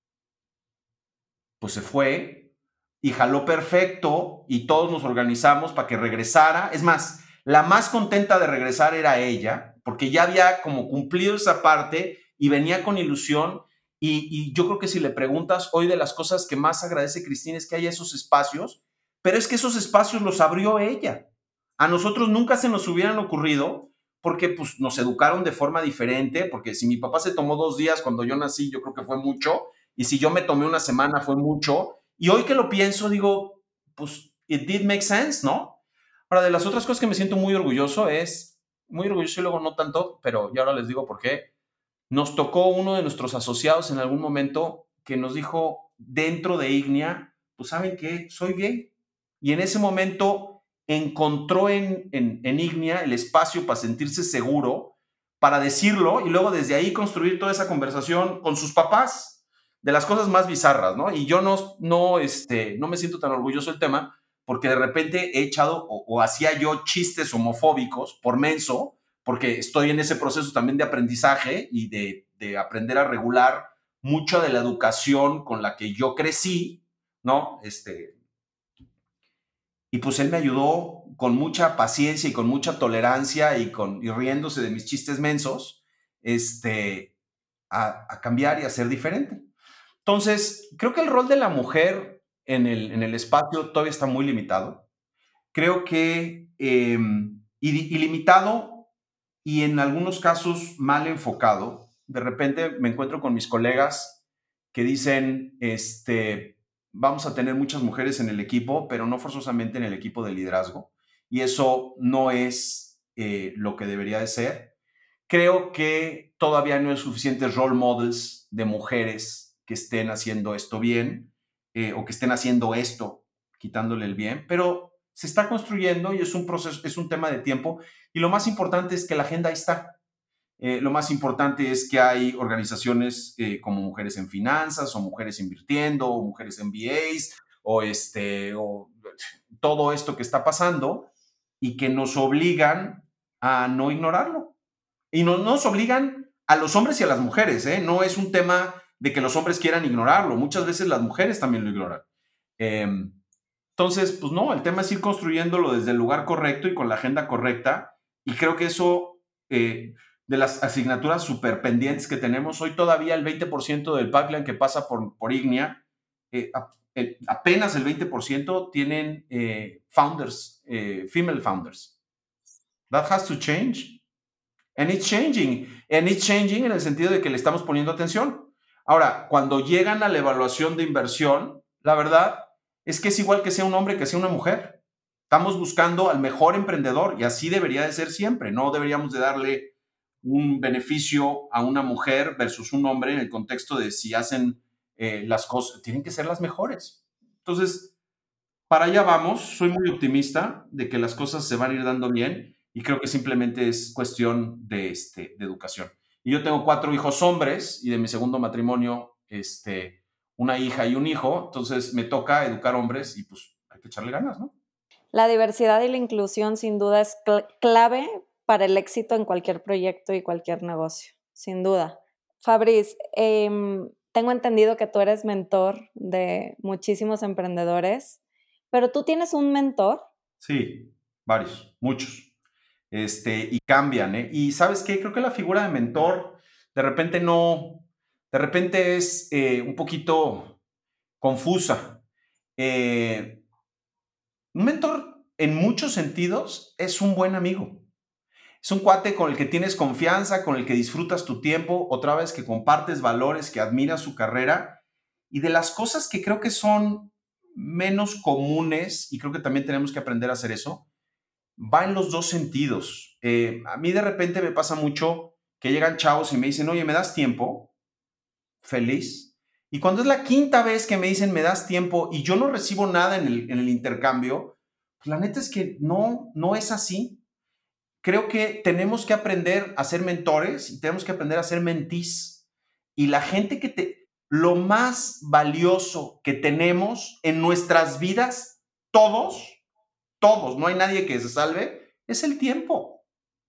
Pues se fue y jaló perfecto y todos nos organizamos para que regresara. Es más, la más contenta de regresar era ella, porque ya había como cumplido esa parte y venía con ilusión. Y, y yo creo que si le preguntas hoy de las cosas que más agradece Christine es que haya esos espacios, pero es que esos espacios los abrió ella. A nosotros nunca se nos hubieran ocurrido porque pues, nos educaron de forma diferente, porque si mi papá se tomó dos días cuando yo nací, yo creo que fue mucho, y si yo me tomé una semana fue mucho, y hoy que lo pienso digo, pues it did make sense, ¿no? Ahora, de las otras cosas que me siento muy orgulloso es, muy orgulloso y luego no tanto, pero ya ahora les digo por qué, nos tocó uno de nuestros asociados en algún momento que nos dijo dentro de Ignea, pues ¿saben qué? Soy gay. Y en ese momento encontró en, en, en Ignea el espacio para sentirse seguro, para decirlo y luego desde ahí construir toda esa conversación con sus papás de las cosas más bizarras, ¿no? Y yo no, no, este, no me siento tan orgulloso del tema porque de repente he echado o, o hacía yo chistes homofóbicos por menso, porque estoy en ese proceso también de aprendizaje y de, de aprender a regular mucha de la educación con la que yo crecí, ¿no? Este, y pues él me ayudó con mucha paciencia y con mucha tolerancia y, con, y riéndose de mis chistes mensos, este, a, a cambiar y a ser diferente. Entonces, creo que el rol de la mujer en el, en el espacio todavía está muy limitado. Creo que eh, ilimitado y en algunos casos mal enfocado. De repente me encuentro con mis colegas que dicen, este, vamos a tener muchas mujeres en el equipo, pero no forzosamente en el equipo de liderazgo. Y eso no es eh, lo que debería de ser. Creo que todavía no hay suficientes role models de mujeres que estén haciendo esto bien eh, o que estén haciendo esto, quitándole el bien, pero se está construyendo y es un proceso, es un tema de tiempo. Y lo más importante es que la agenda ahí está. Eh, lo más importante es que hay organizaciones eh, como Mujeres en Finanzas o Mujeres Invirtiendo o Mujeres M B As o, este, o todo esto que está pasando y que nos obligan a no ignorarlo. Y no, nos obligan a los hombres y a las mujeres. ¿eh? No es un tema de que los hombres quieran ignorarlo. Muchas veces las mujeres también lo ignoran. Eh, entonces, pues no, el tema es ir construyéndolo desde el lugar correcto y con la agenda correcta. Y creo que eso... Eh, de las asignaturas súper pendientes que tenemos, hoy todavía el veinte por ciento del pipeline que pasa por, por Ignea, eh, a, eh, apenas el veinte por ciento tienen eh, founders, eh, female founders. That has to change. And it's changing. And it's changing en el sentido de que le estamos poniendo atención. Ahora, cuando llegan a la evaluación de inversión, la verdad es que es igual que sea un hombre que sea una mujer. Estamos buscando al mejor emprendedor y así debería de ser siempre. No deberíamos de darle un beneficio a una mujer versus un hombre en el contexto de si hacen eh, las cosas, tienen que ser las mejores. Entonces, para allá vamos. Soy muy optimista de que las cosas se van a ir dando bien y creo que simplemente es cuestión de, este, de educación. Y yo tengo cuatro hijos hombres y de mi segundo matrimonio, este, una hija y un hijo, entonces me toca educar hombres y pues hay que echarle ganas, ¿no? La diversidad y la inclusión sin duda es cl- clave para el éxito en cualquier proyecto y cualquier negocio, sin duda. Fabriz, eh, tengo entendido que tú eres mentor de muchísimos emprendedores, pero ¿tú tienes un mentor? Sí, varios, muchos. Este, y cambian, ¿eh? Y ¿sabes qué? Creo que la figura de mentor de repente no, de repente es eh, un poquito confusa. Eh, un mentor, en muchos sentidos, es un buen amigo. Es un cuate con el que tienes confianza, con el que disfrutas tu tiempo, otra vez que compartes valores, que admiras su carrera. Y de las cosas que creo que son menos comunes, y creo que también tenemos que aprender a hacer eso, va en los dos sentidos. Eh, a mí de repente me pasa mucho que llegan chavos y me dicen, oye, ¿me das tiempo? Feliz. Y cuando es la quinta vez que me dicen, ¿me das tiempo? Y yo no recibo nada en el, en el intercambio, pues la neta es que no, no es así. Creo que tenemos que aprender a ser mentores y tenemos que aprender a ser mentís. Y la gente que te... Lo más valioso que tenemos en nuestras vidas, todos, todos, no hay nadie que se salve, es el tiempo.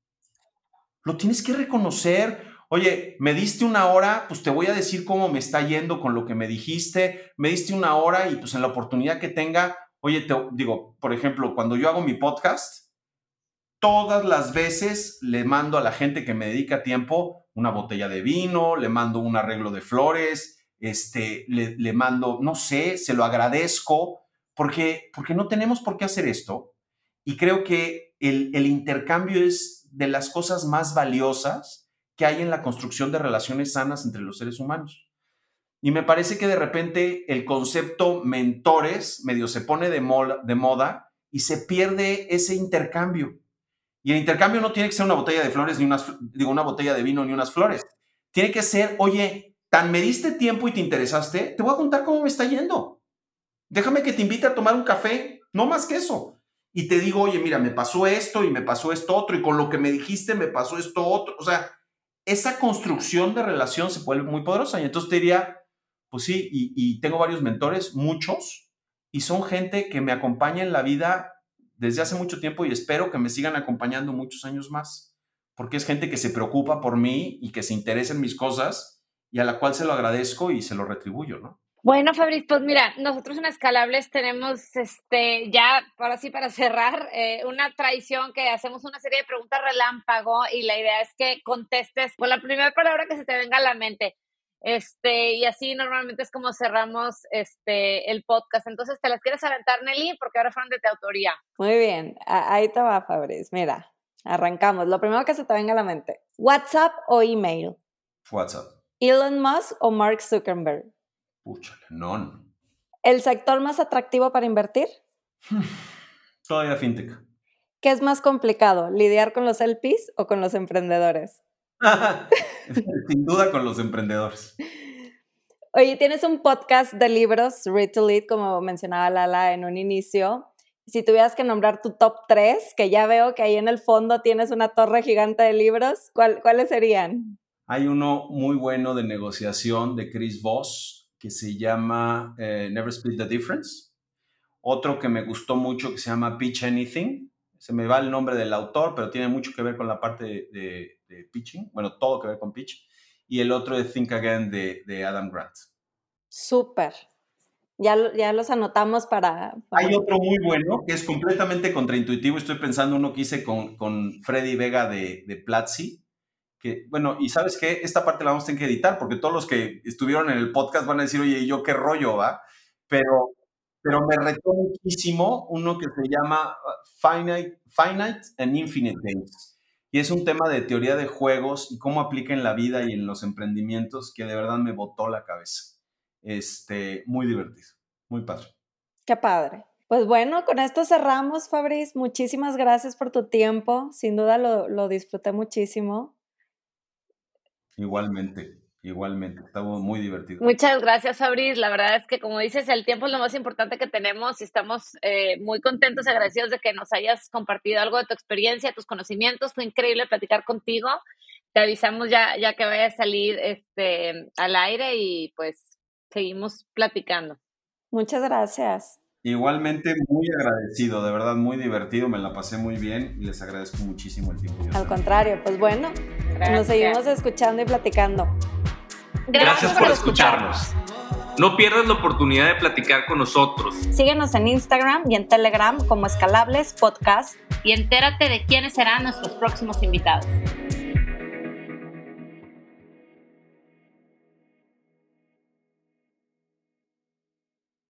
Lo tienes que reconocer. Oye, me diste una hora, pues te voy a decir cómo me está yendo con lo que me dijiste. Me diste una hora y pues en la oportunidad que tenga, oye, te digo, por ejemplo, cuando yo hago mi podcast, todas las veces le mando a la gente que me dedica tiempo una botella de vino, le mando un arreglo de flores, este, le, le mando, no sé, se lo agradezco, porque, porque no tenemos por qué hacer esto. Y creo que el, el intercambio es de las cosas más valiosas que hay en la construcción de relaciones sanas entre los seres humanos. Y me parece que de repente el concepto mentores medio se pone de, mola, de moda y se pierde ese intercambio. Y el intercambio no tiene que ser una botella de flores, ni unas, digo, una botella de vino, ni unas flores. Tiene que ser, oye, tan me diste tiempo y te interesaste, te voy a contar cómo me está yendo. Déjame que te invite a tomar un café, no más que eso. Y te digo, oye, mira, me pasó esto y me pasó esto otro, y con lo que me dijiste me pasó esto otro. O sea, esa construcción de relación se vuelve muy poderosa. Y entonces te diría, pues sí, y, y tengo varios mentores, muchos, y son gente que me acompaña en la vida desde hace mucho tiempo y espero que me sigan acompañando muchos años más, porque es gente que se preocupa por mí y que se interesa en mis cosas y a la cual se lo agradezco y se lo retribuyo, ¿no? Bueno, Fabriz, pues mira, nosotros en Escalables tenemos, este, ya, ahora sí para cerrar, eh, una tradición que hacemos una serie de preguntas relámpago y la idea es que contestes con la primera palabra que se te venga a la mente. Este, y así normalmente es como cerramos este, el podcast. Entonces, ¿te las quieres aventar, Nelly? Porque ahora fueron de tu autoría. Muy bien, ahí te va, Fabriz. Mira, arrancamos. Lo primero que se te venga a la mente. ¿WhatsApp o email? WhatsApp. ¿Elon Musk o Mark Zuckerberg? Púchale, no. ¿El sector más atractivo para invertir? Todavía fintech. ¿Qué es más complicado, lidiar con los L Ps o con los emprendedores? Sin duda con los emprendedores. Oye, tienes un podcast de libros, Read to Lead, como mencionaba Lala en un inicio. Si tuvieras que nombrar tu top tres, que ya veo que ahí en el fondo tienes una torre gigante de libros, ¿cuál, ¿cuáles serían? Hay uno muy bueno de negociación de Chris Voss que se llama eh, Never Split the Difference. Otro que me gustó mucho que se llama Pitch Anything. Se me va el nombre del autor, pero tiene mucho que ver con la parte de, de, de pitching. Bueno, todo que ver con pitch. Y el otro de Think Again de, de Adam Grant. Súper. Ya, ya los anotamos para, para... Hay otro muy bueno que es completamente contraintuitivo. Estoy pensando uno que hice con, con Freddy Vega de, de Platzi. Que, bueno, y ¿sabes qué? Esta parte la vamos a tener que editar porque todos los que estuvieron en el podcast van a decir, oye, ¿y yo qué rollo, va? Pero... Pero me retó muchísimo uno que se llama Finite, Finite and Infinite Games. Y es un tema de teoría de juegos y cómo aplica en la vida y en los emprendimientos que de verdad me botó la cabeza. Este, muy divertido, muy padre. Qué padre. Pues bueno, con esto cerramos, Fabriz. Muchísimas gracias por tu tiempo. Sin duda lo, lo disfruté muchísimo. Igualmente. Igualmente, estamos muy divertidos. Muchas gracias, Fabriz. La verdad es que, como dices, el tiempo es lo más importante que tenemos y estamos eh, muy contentos y agradecidos de que nos hayas compartido algo de tu experiencia, tus conocimientos. Fue increíble platicar contigo. Te avisamos ya, ya que vaya a salir este, al aire y pues seguimos platicando. Muchas gracias. Igualmente, muy agradecido, de verdad, muy divertido, me la pasé muy bien y les agradezco muchísimo el tiempo. Al contrario, pues bueno, gracias. Nos seguimos escuchando y platicando. Gracias, Gracias por escucharnos. No pierdas la oportunidad de platicar con nosotros. Síguenos en Instagram y en Telegram como Escalables Podcast y entérate de quiénes serán nuestros próximos invitados.